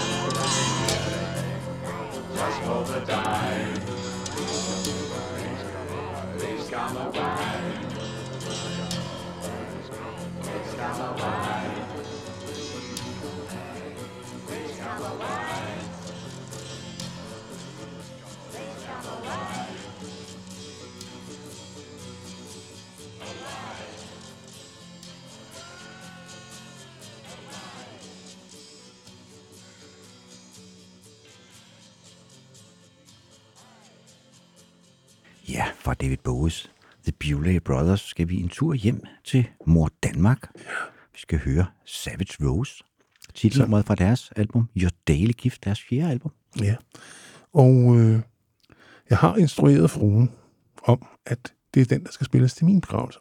Just for the day. Please come away. Please come away. Please come away. Please come away. Ja, fra David Bowies The Bewlay Brothers skal vi en tur hjem til mor Danmark. Vi skal høre Savage Rose, titelnummeret fra deres album Your Daily Gift, deres fjerde album. Ja, og øh, jeg har instrueret fruen om, at det er den, der skal spilles til min begravelse.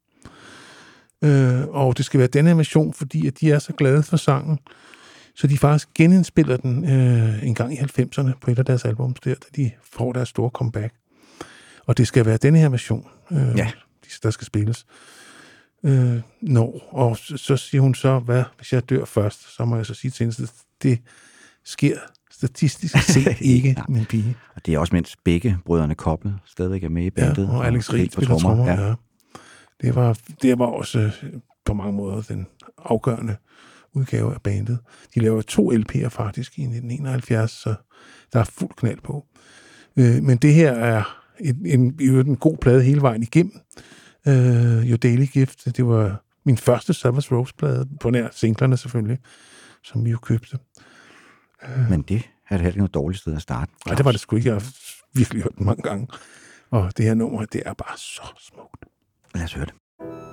Øh, og det skal være denne version, fordi at de er så glade for sangen, så de faktisk genindspiller den øh, en gang i halvfemserne på et af deres albums der, da de får deres store comeback. Og det skal være denne her version, øh, ja. der skal spilles. Øh, når, og så, så siger hun så, hvad hvis jeg dør først, så må jeg så sige til hende, det sker statistisk set ikke, ja. Min pige. Og det er også mens begge brødrene Koppel stadigvæk er med i bandet. Ja, og Alex Ried spiller trommer. Ja. Ja. Det, var, det var også øh, på mange måder den afgørende udgave af bandet. De laver to L P'er faktisk i nitten enoghalvfjerds, så der er fuld knald på. Øh, men det her er en, en, en god plade hele vejen igennem. Uh, Your Daily Gift, det var min første Savage Rose-plade, på nær singlerne selvfølgelig, som vi jo købte. Uh, Men det er det heller ikke noget dårligt sted at starte. Nej, det var det sgu ikke. Jeg har virkelig hørt den mange gange. Og det her nummer, det er bare så smukt. Lad os høre det.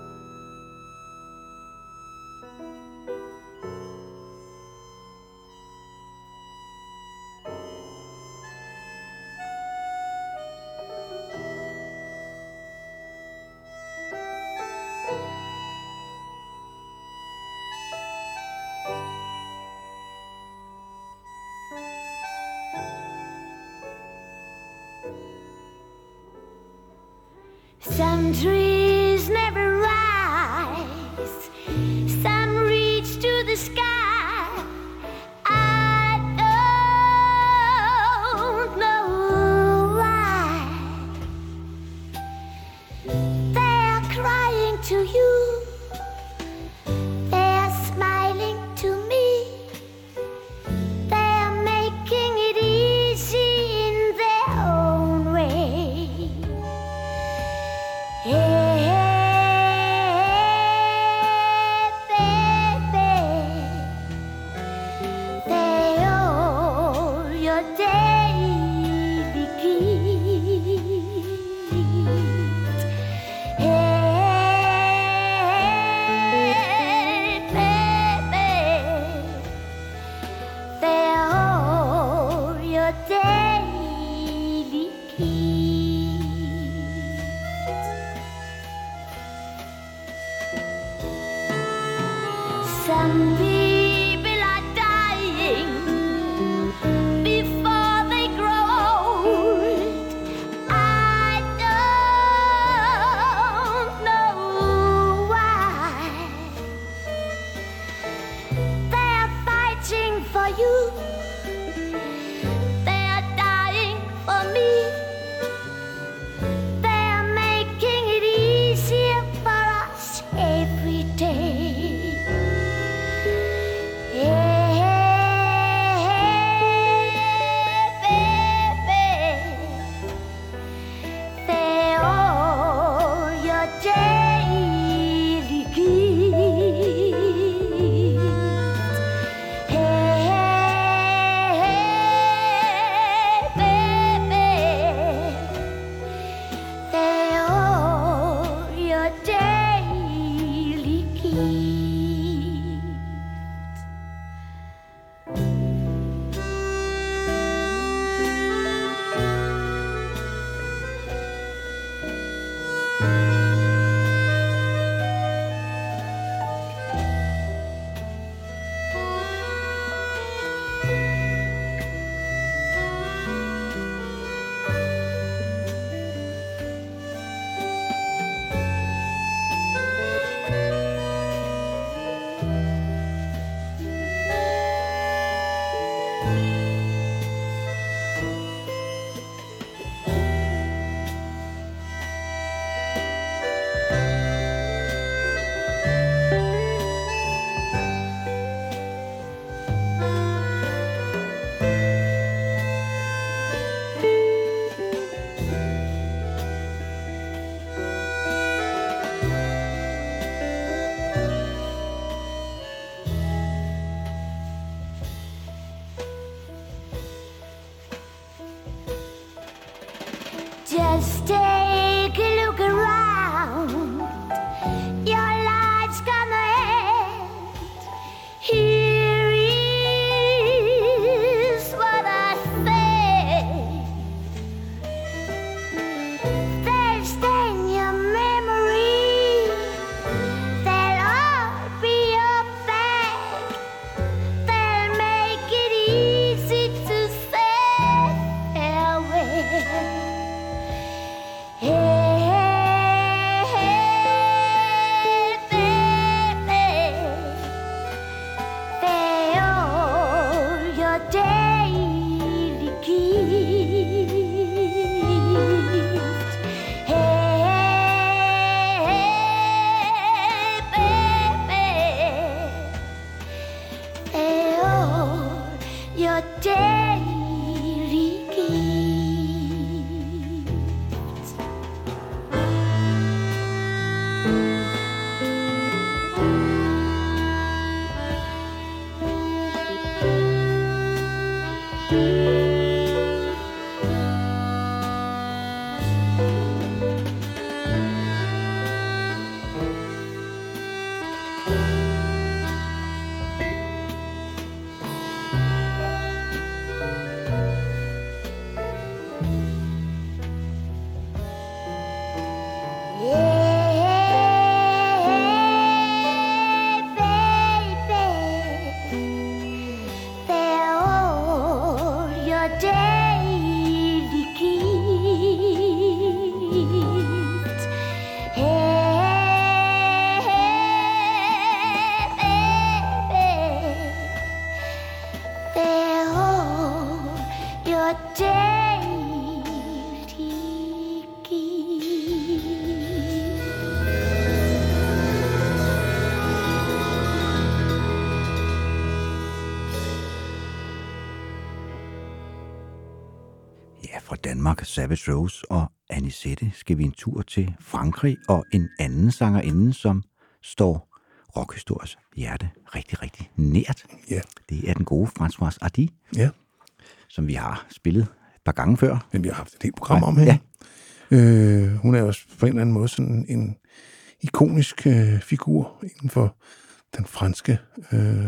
Some trees never rise, some reach to the sky. I don't know why. They're crying to you, they're smiling to me, they're making it easy in their own way. Hey, baby, they owe your daily gift. Hey, baby, they owe your daily gift. Some people are dying before they grow old. I don't know why. They're fighting for you, they're dying for me, they're making it easier for us every day. Hey, Just take a look around. Your life's gonna end. Here is what I say. They'll stay in your memory. They'll all be your back. They'll make it easy to say farewell. Hey, hey, baby, they're all your daily gifts. Hey, baby, they're all your daily gifts. Fra Danmark, Savage Rose og Anisette, skal vi en tur til Frankrig og en anden sangerinde, som står rockhistorisk hjerte rigtig, rigtig nært. Ja. Det er den gode Françoise Hardy, Ja. som vi har spillet et par gange før. Men vi har haft et helt program om hende. Ja. Øh, hun er også på en eller anden måde sådan en ikonisk øh, figur inden for den franske øh,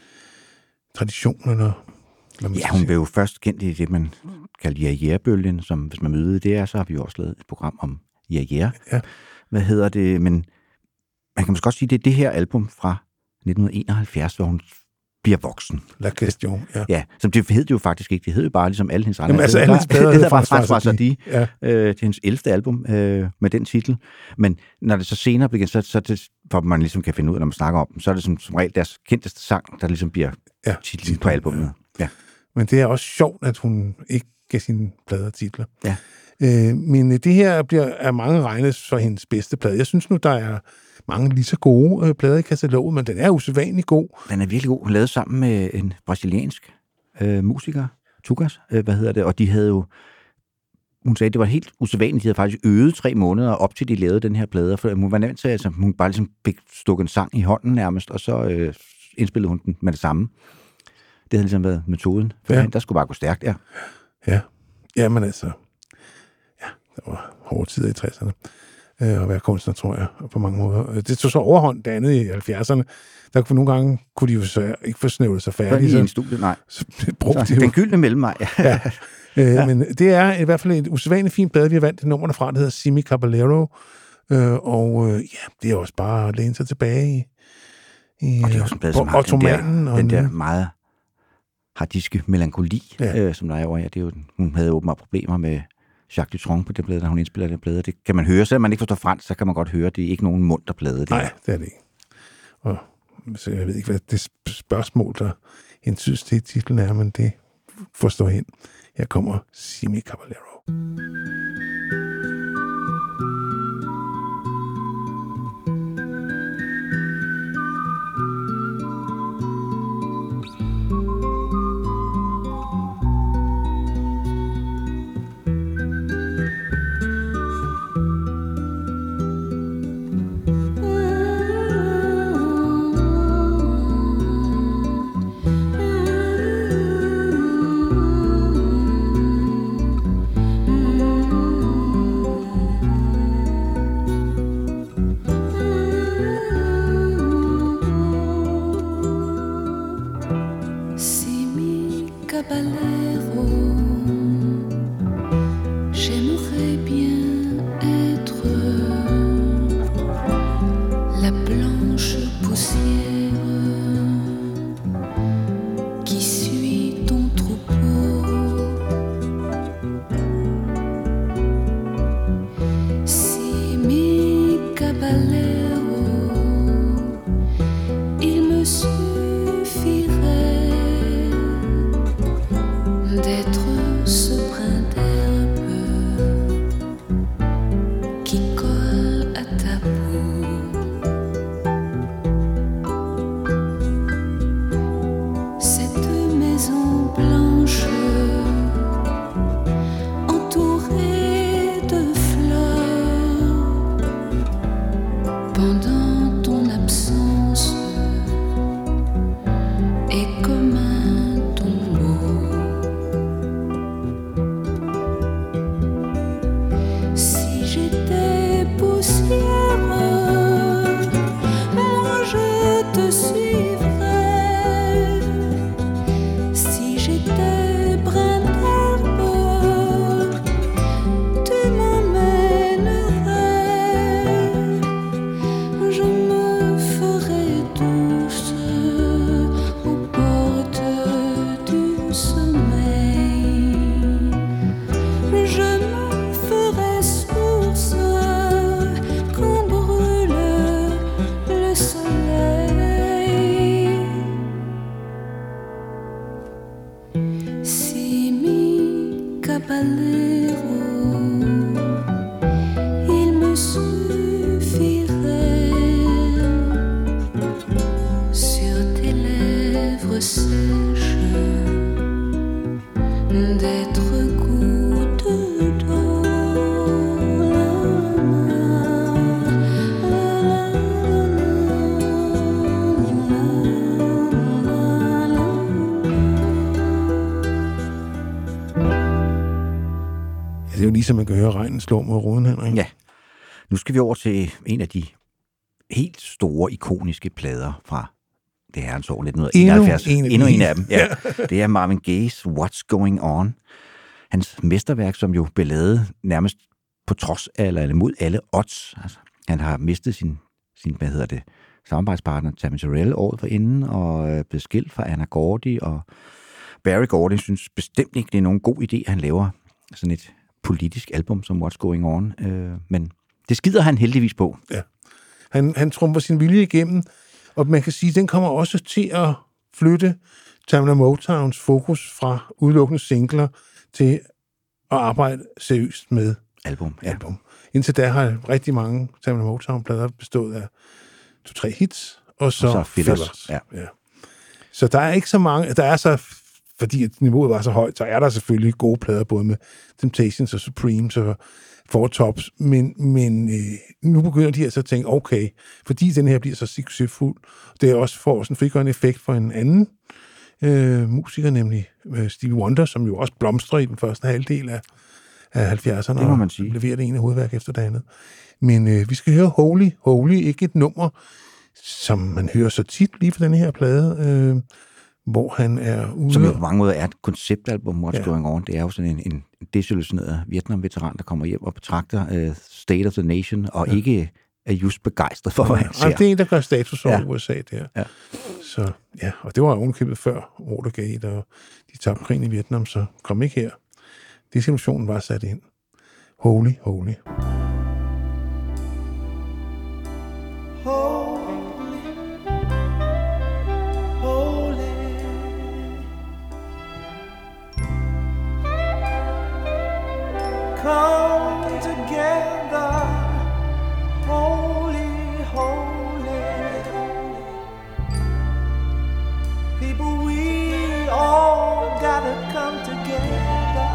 tradition, eller ja, hun blev jo først kendt i det, man kalder Jaeger-bølgen, som hvis man møder det er, så har vi jo også lavet et program om Jaeger. Ja. Hvad hedder det? Men man kan måske også sige, det er det her album fra nitten enoghalvfjerds, hvor hun bliver voksen. La Question, ja. Ja, som det hed jo faktisk ikke. Det hed jo bare ligesom alle hendes andre. Jamen, altså alle hendes plader det hedder bare Françoise Françoise Hardy. Ja. Øh, det er hendes ellevte album øh, med den titel. Men når det så senere bliver, så, så det, for man ligesom kan finde ud af, når man snakker om dem, så er det som, som regel deres kendteste sang, der ligesom bliver ja, titlen titlen på albumet. Ja. Men det er også sjovt, at hun ikke gav sine plader titler. Ja. Øh, men det her bliver af mange regnes for hendes bedste plade. Jeg synes nu, der er mange lige så gode øh, plader i kataloget, men den er usædvanlig god. Den er virkelig god. Hun lavede sammen med en brasiliansk øh, musiker, Tugas, øh, hvad hedder det, og de havde jo, hun sagde, det var helt usædvanligt, de havde faktisk øvet tre måneder op til de lavede den her plade, for hun var nemt til, altså hun bare ligesom fik stukket en sang i hånden nærmest, og så øh, indspillede hun den med det samme. Det havde ligesom været metoden, for ja. Der skulle bare gå stærkt, ja. Ja, jamen altså, ja, der var hårde tider i tresserne øh, at være kunstner, tror jeg, på mange måder. Det tog så overhånd det andet i halvfjerdserne. Der kunne nogle gange, kunne de jo så ikke få snævlet sig færdigt. Så i en studie, nej. Så brugte de den jo. gyldne mellemvej. ja. Øh, ja. Men det er i hvert fald et usædvanligt fint blad, vi har valgt det nummer derfra, det hedder Simi Caballero, øh, og øh, ja, det er også bare at læne sig tilbage i, i og det er også en blad, som har den der, og den der meget hardiske melankoli, ja. øh, som der er over her. Det er jo, hun havde åbenbart problemer med Jacques Dutronc på det blade, da hun indspiller det blade. Det kan man høre, selvom man ikke forstår fransk, så kan man godt høre, det er ikke nogen munter blade. Det Nej, er. det er det ikke. Og så jeg ved ikke, hvad det spørgsmål, der hensydes til titlen er, men det forstår hen. Her kommer Simi Caballero. Mm-hmm. caballero, j'aimerais bien être la blanche poussière qui suit ton troupeau. Si mes caballeros, il me suffirait d'être ce brin d'herbe qui colle à ta peau. Cette maison blanche entourée de fleurs pendant ton absence est comme un tombeau. Si j'étais poussière, moi je te suivrais. Si j'étais brin d'herbe, tu m'emmènerais. Je me ferais douce aux portes du sommeil. Je me ferais source quand brûle le soleil. Si mi caballero, il me suffirait sur tes lèvres sèches d'être goutte d'eau. Det er jo ligesom, man kan høre regnen slå mod ruden, Henrik. Ja. Nu skal vi over til en af de helt store, ikoniske plader fra det herrens år nitten enoghalvfjerds. Endnu en af Endnu de- en af dem, ja. Det er Marvin Gaye's What's Going On. Hans mesterværk, som jo blev lavet nærmest på trods af, eller imod alle odds. Altså, han har mistet sin, sin, hvad hedder det, samarbejdspartner Tammy Terrell året forinden, og øh, blev skilt fra Anna Gordy, og Barry Gordy synes bestemt ikke, det er nogen god idé, at han laver sådan et politisk album som What's Going On. Øh, men det skider han heldigvis på. Ja. Han, han trumfer sin vilje igennem, og man kan sige, at den kommer også til at flytte Tamla Motowns fokus fra udelukkende singler til at arbejde seriøst med album. Ja. album. Indtil da har rigtig mange Tamla Motown-plader bestået af to-tre hits, og så, Og så fillers. fillers. Ja. Ja. Så der er ikke så mange, der er så, fordi at niveauet var så højt, så er der selvfølgelig gode plader, både med Temptations og Supremes og Four Tops, men, men øh, nu begynder de altså at tænke, okay, fordi den her bliver så succesfuld, det er også for også en frigørende effekt for en anden øh, musiker, nemlig øh, Stevie Wonder, som jo også blomstrer i den første halvdel af, af halvfjerdserne, Det må man sige. og leverer det ene hovedværk efter det andet. Men øh, vi skal høre Holy, Holy, ikke et nummer, som man hører så tit lige for den her plade, øh, hvor han er ude. Som jo på mange måder er et konceptalbum, What's Ja. ja. Going On. Det er jo sådan en, en desillusioneret Vietnam-veteran, der kommer hjem og betragter uh, State of the Nation, og Ja. ja. ikke er just begejstret for, hvad han Og ser. det er en, der gør status over Ja. U S A der. Ja. Så ja, og det var ovenkøbet før Watergate, og de tabte krigen i Vietnam, så kom ikke her. Desillusionen var sat ind. Holy, holy. Holy, holy. Come together, holy, holy. People, we all gotta come together,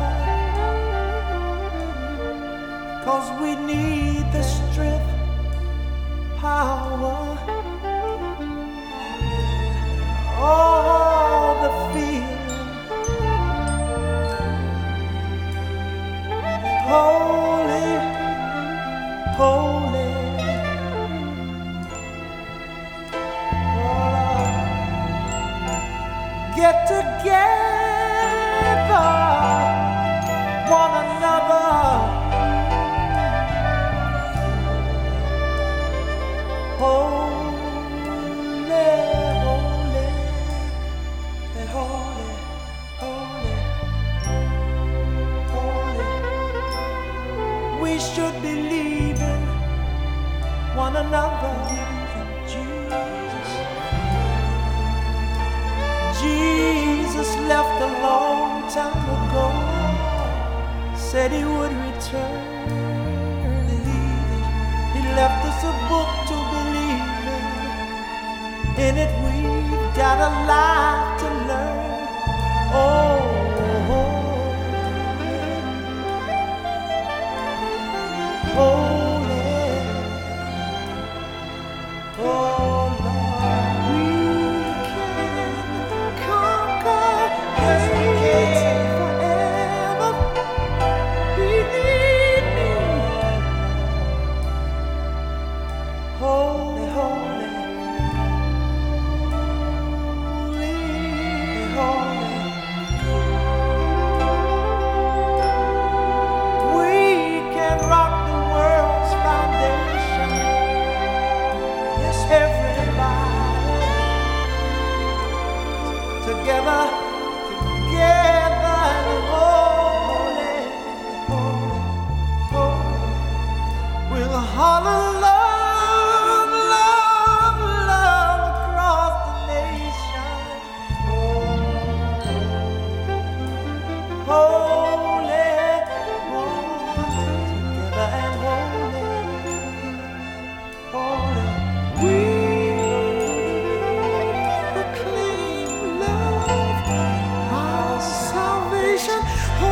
'cause we need the strength, power, all the feeling. Holy, holy. Oh, get together. one another. Holy, holy, holy, holy, holy. We should believe in one another. Jesus, Jesus left a long time ago. Said he would return. He left us a book to believe in. In it we've got a lot to learn. Oh, holy, oh Lord, we can conquer. Yes, we can forever. Believe me. Holy, holy, holy, holy. We can rock the world's foundation. Yes, everybody together, together, and holy, holy, holy. We'll holler love, love, love across the nation. Holy, holy, together and holy, holy. We proclaim love, our salvation. Oh,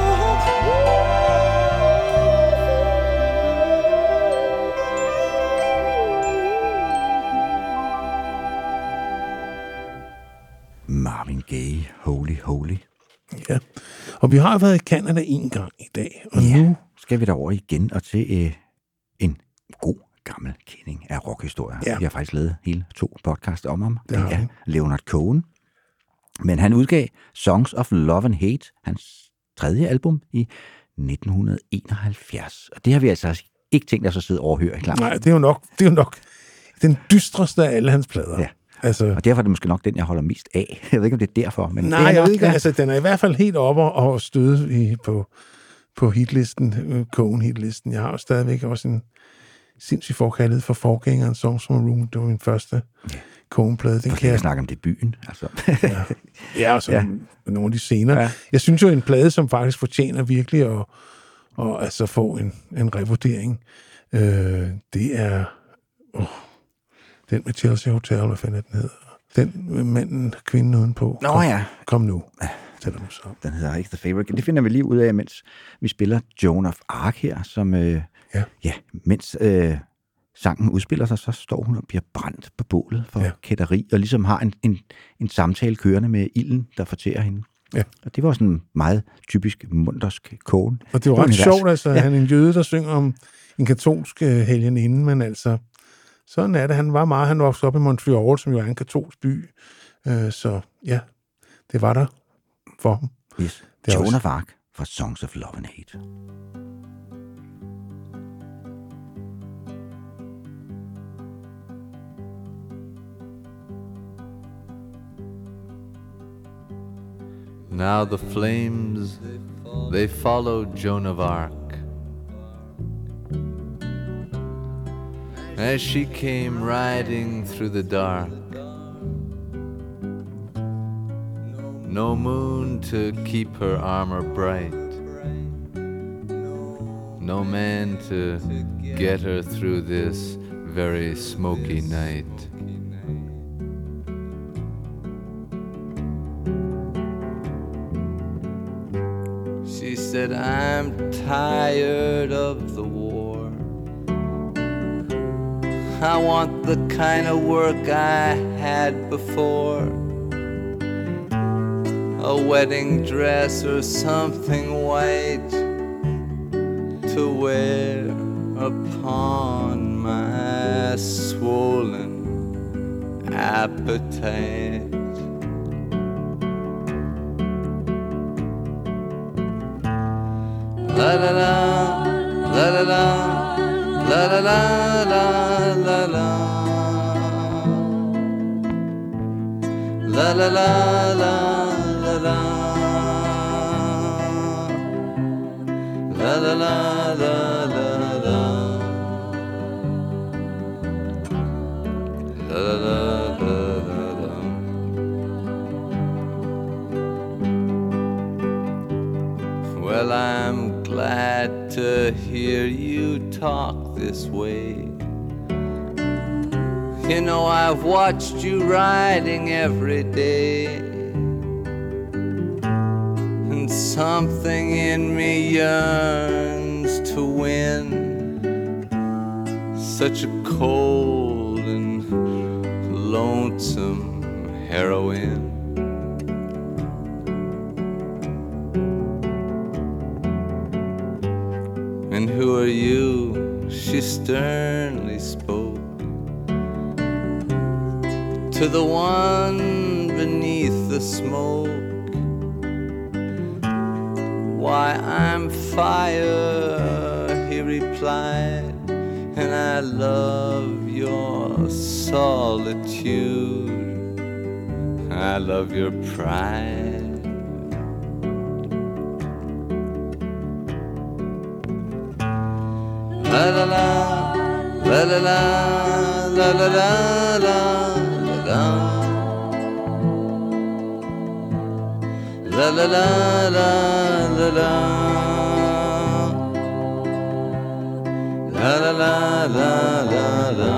Marvin Gaye, Holy Holy. Ja, og vi har været i Canada en gang i dag, og Ja, nu skal vi derover igen og til øh, en god gammel kending af rockhistorier. Ja. Vi har faktisk lavet hele to podcasts om ham. Det har er vi. Leonard Cohen. Men han udgav Songs of Love and Hate, hans tredje album, i nitten enoghalvfjerds. Og det har vi altså ikke tænkt os at sidde og overhøre, klar? nej, det er jo nok, det er jo nok den dystreste af alle hans plader. Ja. Altså, Og derfor er det måske nok den, jeg holder mest af. Jeg ved ikke, om det er derfor, men nej, det er jeg nok, ved ikke, ja. altså den er i hvert fald helt oppe og støde i, på, på hitlisten, øh, Cohen-hitlisten. Jeg har jo stadigvæk også en sindssygt forkaldet for forgængeren Songs from a Room. Det var min første Ja. Cohen-plade. Den For kan slet jeg at snakke om debuten. Altså. Ja, ja og så Ja. ja. nogle af de scener. Ja. Ja. Jeg synes jo, en plade, som faktisk fortjener virkelig at, at altså få en, en revurdering, øh, det er oh, den med Chelsea Hotel, hvad fanden er den hedder? Den med manden, kvinden udenpå. Nå kom, ja. Kom nu. Tæller du så. Den hedder ikke The Favorite. Det finder vi lige ud af, mens vi spiller Joan of Arc her, som, øh, Ja. ja, mens øh, sangen udspiller sig, så står hun og bliver brændt på bålet for ja. Ja. kætteri, og ligesom har en, en, en samtale kørende med ilden, der fortærer hende. Ja. Og det var sådan en meget typisk muntersk Cohen. Og det var ret univers. sjovt, altså. Ja. Ja. Han er en jøde, der synger om en katolsk øh, helgeninde, men altså, sådan er det. Han var meget, han voksede op i Montreal, som jo er en katolsk by. Øh, så ja, det var der for ham. Yes. Det er Joan også- of Arc fra Songs of Love and Hate. Now the flames, they followed Joan of Arc as she came riding through the dark. No moon to keep her armor bright, no man to get her through this very smoky night. She said, I'm tired of the war. I want the kind of work I had before. A wedding dress or something white to wear upon my swollen appetite. La la la, la la la, la la la la la la. La la la la la la. La la la la la la. La la la la la la. Well, I'm glad to hear you talk this way. You know, I've watched you riding every day, and something in me yearns to win such a cold and lonesome heroine. And who are you? She sternly spoke to the one beneath the smoke. Why, I'm fire, he replied, and I love your solitude. I love your pride. La la la, la la la, la la la la. La la la la la la. La la la la la la.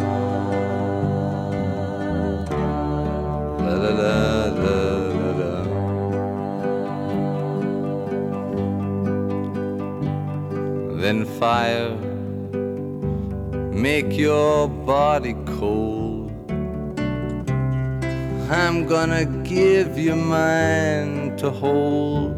La la la la la la. Then fire, make your body cold. I'm gonna give you mine to hold.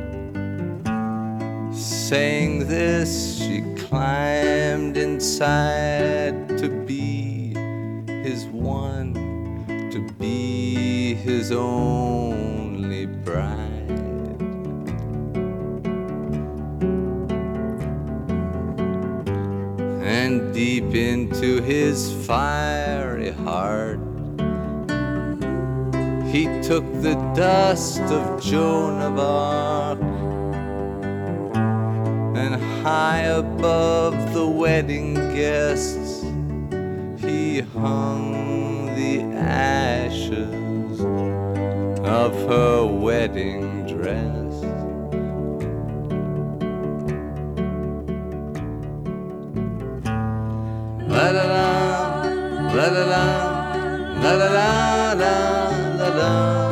Saying this, she climbed inside to be his one, to be his only bride. And deep into his fiery heart, he took the dust of Joan of Arc, and high above the wedding guests, he hung the ashes of her wedding dress. La la la, la la la, la la la la. La la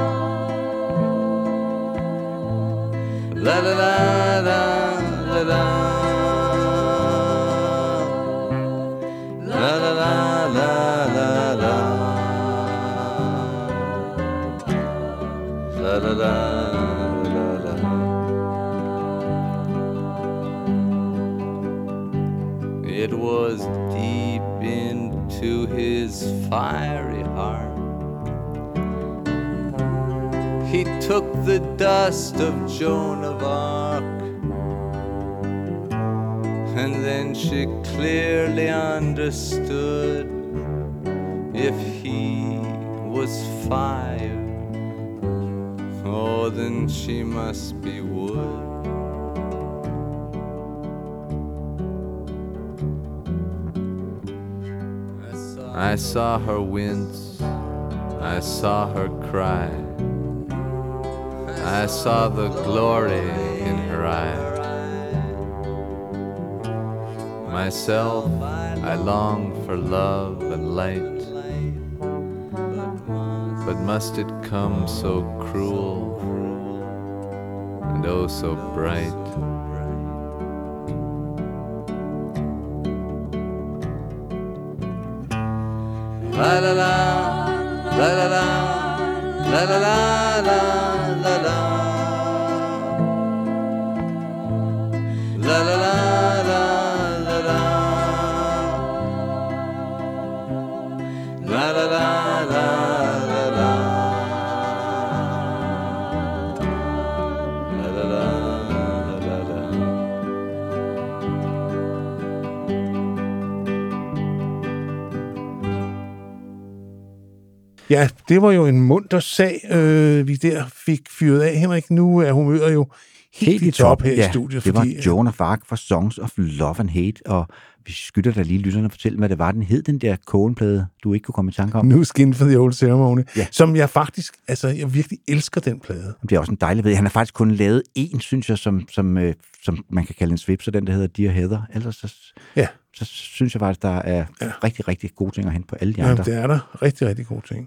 la la la la la. La la la la la la. La la la la la. It was deep into his fiery heart. He took the dust of Joan of Arc, and then she clearly understood if he was fire, oh, then she must be wood. I saw her wince, I saw her cry, I saw the glory in her eye. Myself, I long for love and light, but must it come so cruel and oh so bright? La la la, la la la, la la la la. La la la la la la la. La la la la la la. La la la la la. Ja, det var jo en munter sag, øh, vi der fik fyret af, Henrik. Nu er humøret jo helt, helt i top her ja, i studiet. Det fordi, var Joan of Arc fra Songs of Love and Hate, og vi skylder da lige lytterne at fortælle, hvad det var, den hed, den der Cohen-plade, du ikke kunne komme i tanke om. New Skin for the Old Ceremony, ja. Som jeg faktisk, altså jeg virkelig elsker den plade. Det er også en dejlig ved. Han har faktisk kun lavet én, synes jeg, som, som, øh, som man kan kalde en svip, så den der hedder Dear Heather. Ellers så, ja. så synes jeg faktisk, der er ja. rigtig, rigtig gode ting at hente på alle de ja, andre. det er der. Rigtig, rigtig gode ting.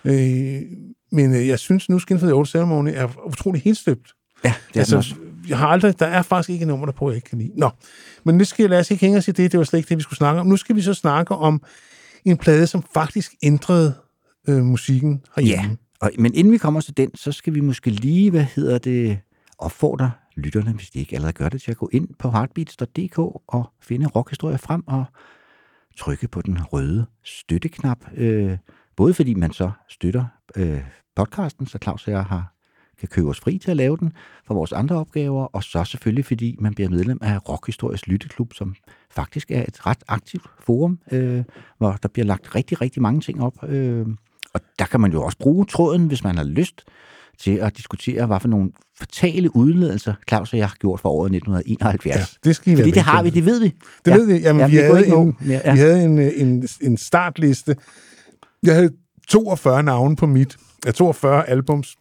Øh, men øh, jeg synes, New Skin for the Old Ceremony er utrolig helt støbt. Ja, det er altså, også. Jeg har aldrig, der er faktisk ikke et nummer, der på, jeg ikke kan lide. Nå, men nu skal jeg lade os ikke hænge os i det. Det var slet ikke det, vi skulle snakke om. Nu skal vi så snakke om en plade, som faktisk ændrede øh, musikken herhjemme. Ja, og, men inden vi kommer til den, så skal vi måske lige, hvad hedder det, opfordre lytterne, hvis de ikke allerede gør det, til at gå ind på heartbeats punktum d k og finde rockhistorie frem og trykke på den røde støtteknap. Øh, både fordi man så støtter øh, podcasten, så Claus og jeg har kan købe os fri til at lave den for vores andre opgaver, og så selvfølgelig, fordi man bliver medlem af Rockhistorisk Lytteklub, som faktisk er et ret aktivt forum, øh, hvor der bliver lagt rigtig, rigtig mange ting op. Øh, og der kan man jo også bruge tråden, hvis man har lyst til at diskutere, hvad for nogle fatale udledelser Claus og jeg har gjort for året nitten enoghalvfjerds. Ja, det skal I fordi være det har vi, det ved vi. Det ja. ved vi. Jamen, ja, vi, havde en, mere, ja. vi havde en, en, en startliste. Jeg havde toogfyrre navne på mit. Ja, toogfyrre albums.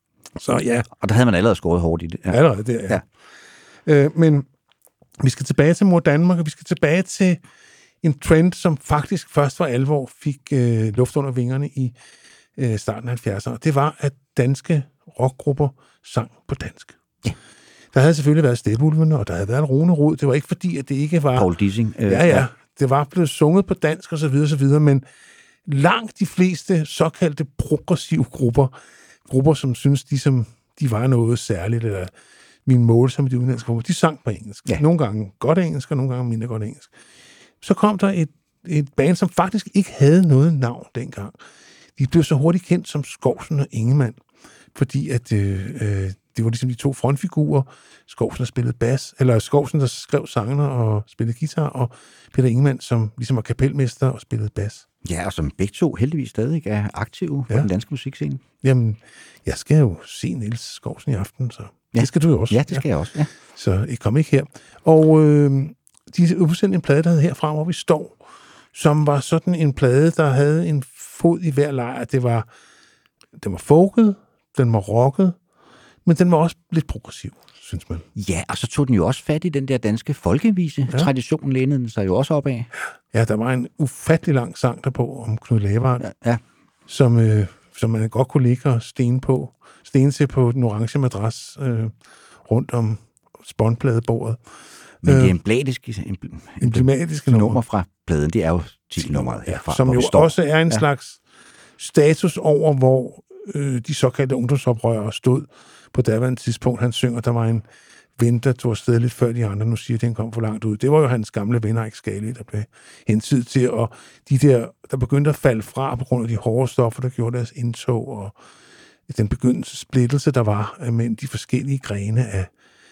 Så ja. Og der havde man allerede skåret hårdt i det. Ja. Allerede, det er ja. øh, Men vi skal tilbage til Mor Danmark, og vi skal tilbage til en trend, som faktisk først for alvor fik øh, luft under vingerne i øh, starten af halvfjerdserne. Det var, at danske rockgrupper sang på dansk. Ja. Der havde selvfølgelig været Stepulvene, og der havde været Rune Rod. Det var ikke fordi, at det ikke var... Paul Dissing. Øh, ja, ja. Det var blevet sunget på dansk, og så videre, så videre, men langt de fleste såkaldte progressive grupper, grupper, som synes, de, som, de var noget særligt, eller min mål som de udenlandske grupper, de sang på engelsk. Ja. Nogle gange godt engelsk, og nogle gange mindre godt engelsk. Så kom der et, et band, som faktisk ikke havde noget navn dengang. De blev så hurtigt kendt som Skovsen og Ingemann, fordi at øh, øh, det var ligesom de to frontfigurer. Skovsen, der spillede bas, eller Skovsen, der skrev sangene og spillede guitar, og Peter Ingemann, som ligesom var kapelmester og spillede bas. Ja, og som begge to heldigvis stadig er aktive på ja. den danske musikscene. Jamen, jeg skal jo se Niels Skovsen i aften, så ja. Det skal du jo også. Ja, det skal ja. jeg også, ja. Så I kom ikke her. Og øh, de udsendte en plade, der hed Herfra, hvor vi står, som var sådan en plade, der havde en fod i hver lejr. Det var, den var folket, den var rocket, men den var også lidt progressiv, synes man. Ja, og så tog den jo også fat i den der danske folkevise. Ja. Traditionen lænede den sig jo også op af. Ja, der var en ufattelig lang sang derpå om Knud Lavard, ja, ja. Som, øh, som man godt kunne ligge og stene på, stene til på den orange madras øh, rundt om spåndpladebordet. Men det emblematiske, embl- emblematiske nummer. nummer fra pladen, det er jo titelnummeret herfra. Som jo står. også er en ja. slags status over, hvor øh, de såkaldte ungdomsoprørere stod på daværende tidspunkt. Han synger, der var en ven, der tog afsted lidt før de andre. Nu siger de, han kom for langt ud. Det var jo hans gamle ven, Erik Skali, der blev hensidet til, og de der, der begyndte at falde fra på grund af de hårde stoffer, der gjorde deres indtog, og den begyndelse splittelse, der var mellem de forskellige grene af,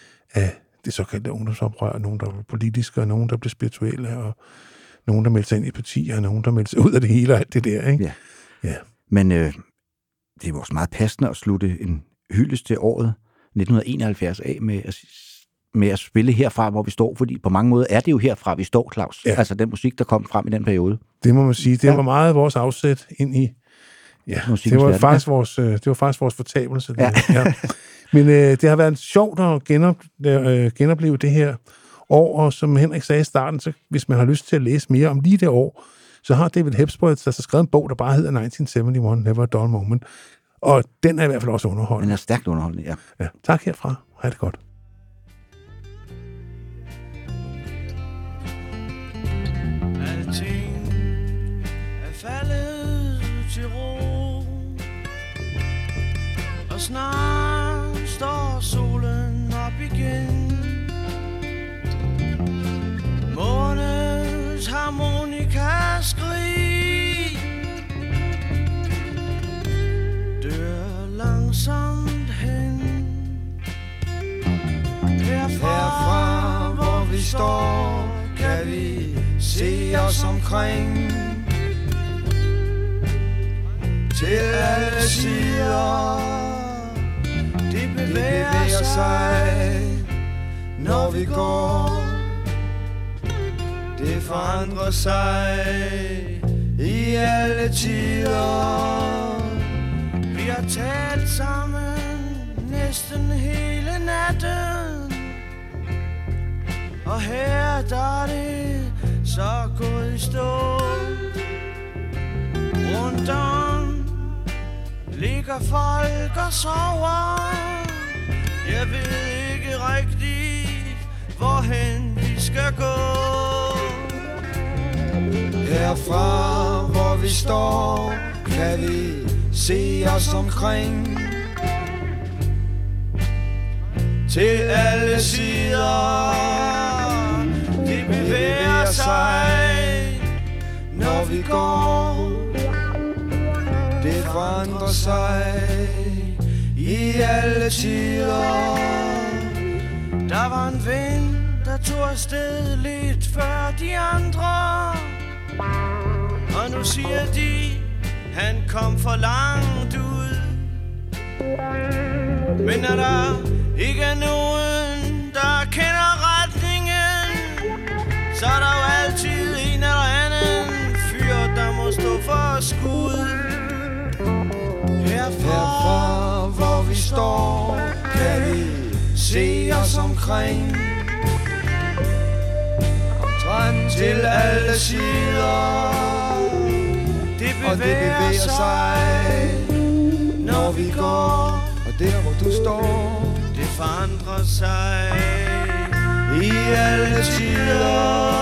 af det såkaldte ungdomsoprør. Nogen, der var politiske, og nogen, der blev spirituelle, og nogen, der meldte sig ind i partier, og nogen, der meldte sig ud af det hele, og alt det der, ikke? Ja. Ja. Men øh, det er også meget passende at slutte en hyldest til året nitten enoghalvfjerds af med at, med at spille herfra, hvor vi står, fordi på mange måder er det jo herfra, vi står, Claus. Ja. Altså den musik, der kom frem i den periode. Det må man sige. Det ja. var meget vores afsæt ind i... Ja, det var, faktisk vores, det var faktisk vores fortabelse. Ja. Ja. Men øh, det har været sjovt at genop, øh, genopleve det her år, og som Henrik sagde i starten, så hvis man har lyst til at læse mere om lige det år, så har David Hepsworth der så skrevet en bog, der bare hedder nitten seventy-one, Never a Dull Moment. Og den er i hvert fald også underholdende. Den er stærkt underholdende, ja. ja. Tak herfra. Ha' det godt. Alting er faldet til ro, og snart står solen op igen. Månens harmonika skrig dør langsomt hen. Herfra, hvor vi står, kan vi se os omkring. til alle sider. De bevæger sig, når vi går. Det forandrer sig i alle tider. Vi har talt sammen næsten hele natten, og her der er det så gået i stå. Rundt om ligger folk og sover. Jeg ved ikke rigtigt, hvorhen vi skal gå. Herfra, hvor vi står, kan vi se os omkring. Til alle sider, de bevæger sig, når vi går. Det forandrer sig i alle tider. Der var en ven, der tog afsted lidt før de andre, og nu siger de, han kom for langt ud. Men når der ikke er nogen, der kender retningen, så er der jo altid en eller anden fyr, der må stå for skud. Herfra, hvor vi står, kan vi se os omkring. Omtrent til alle sider, det bevæger, og det bevæger sig, når vi går. Og der hvor du står, det forandrer sig i alle tider.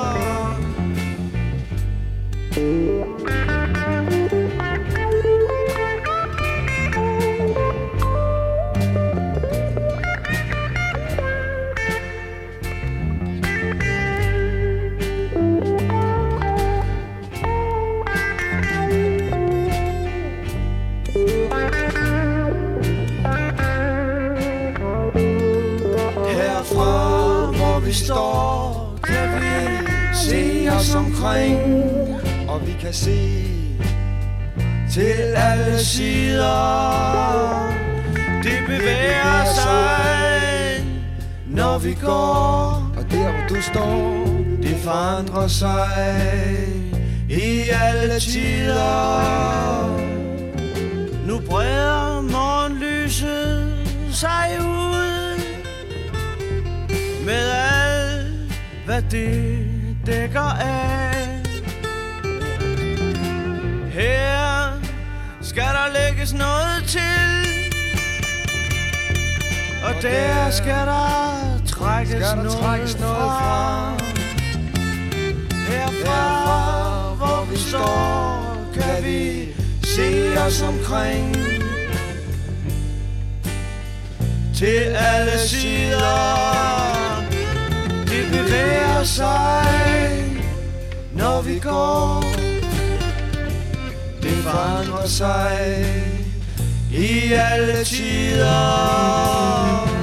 Vi står, kan vi se os omkring, og vi kan se til alle sider. Det bevæger sig, når vi går. Og der hvor du står, det forandrer sig i alle tider. Nu breder morgenlyset sig ud med alt, hvad det dækker af. Her skal der lægges noget til, og der skal der trækkes, skal der noget, trækkes noget fra. Herfra, hvor vi står, kan vi se os omkring. Til alle sider, det bevæger sig, når vi går. Det forandrer sig i alle tider.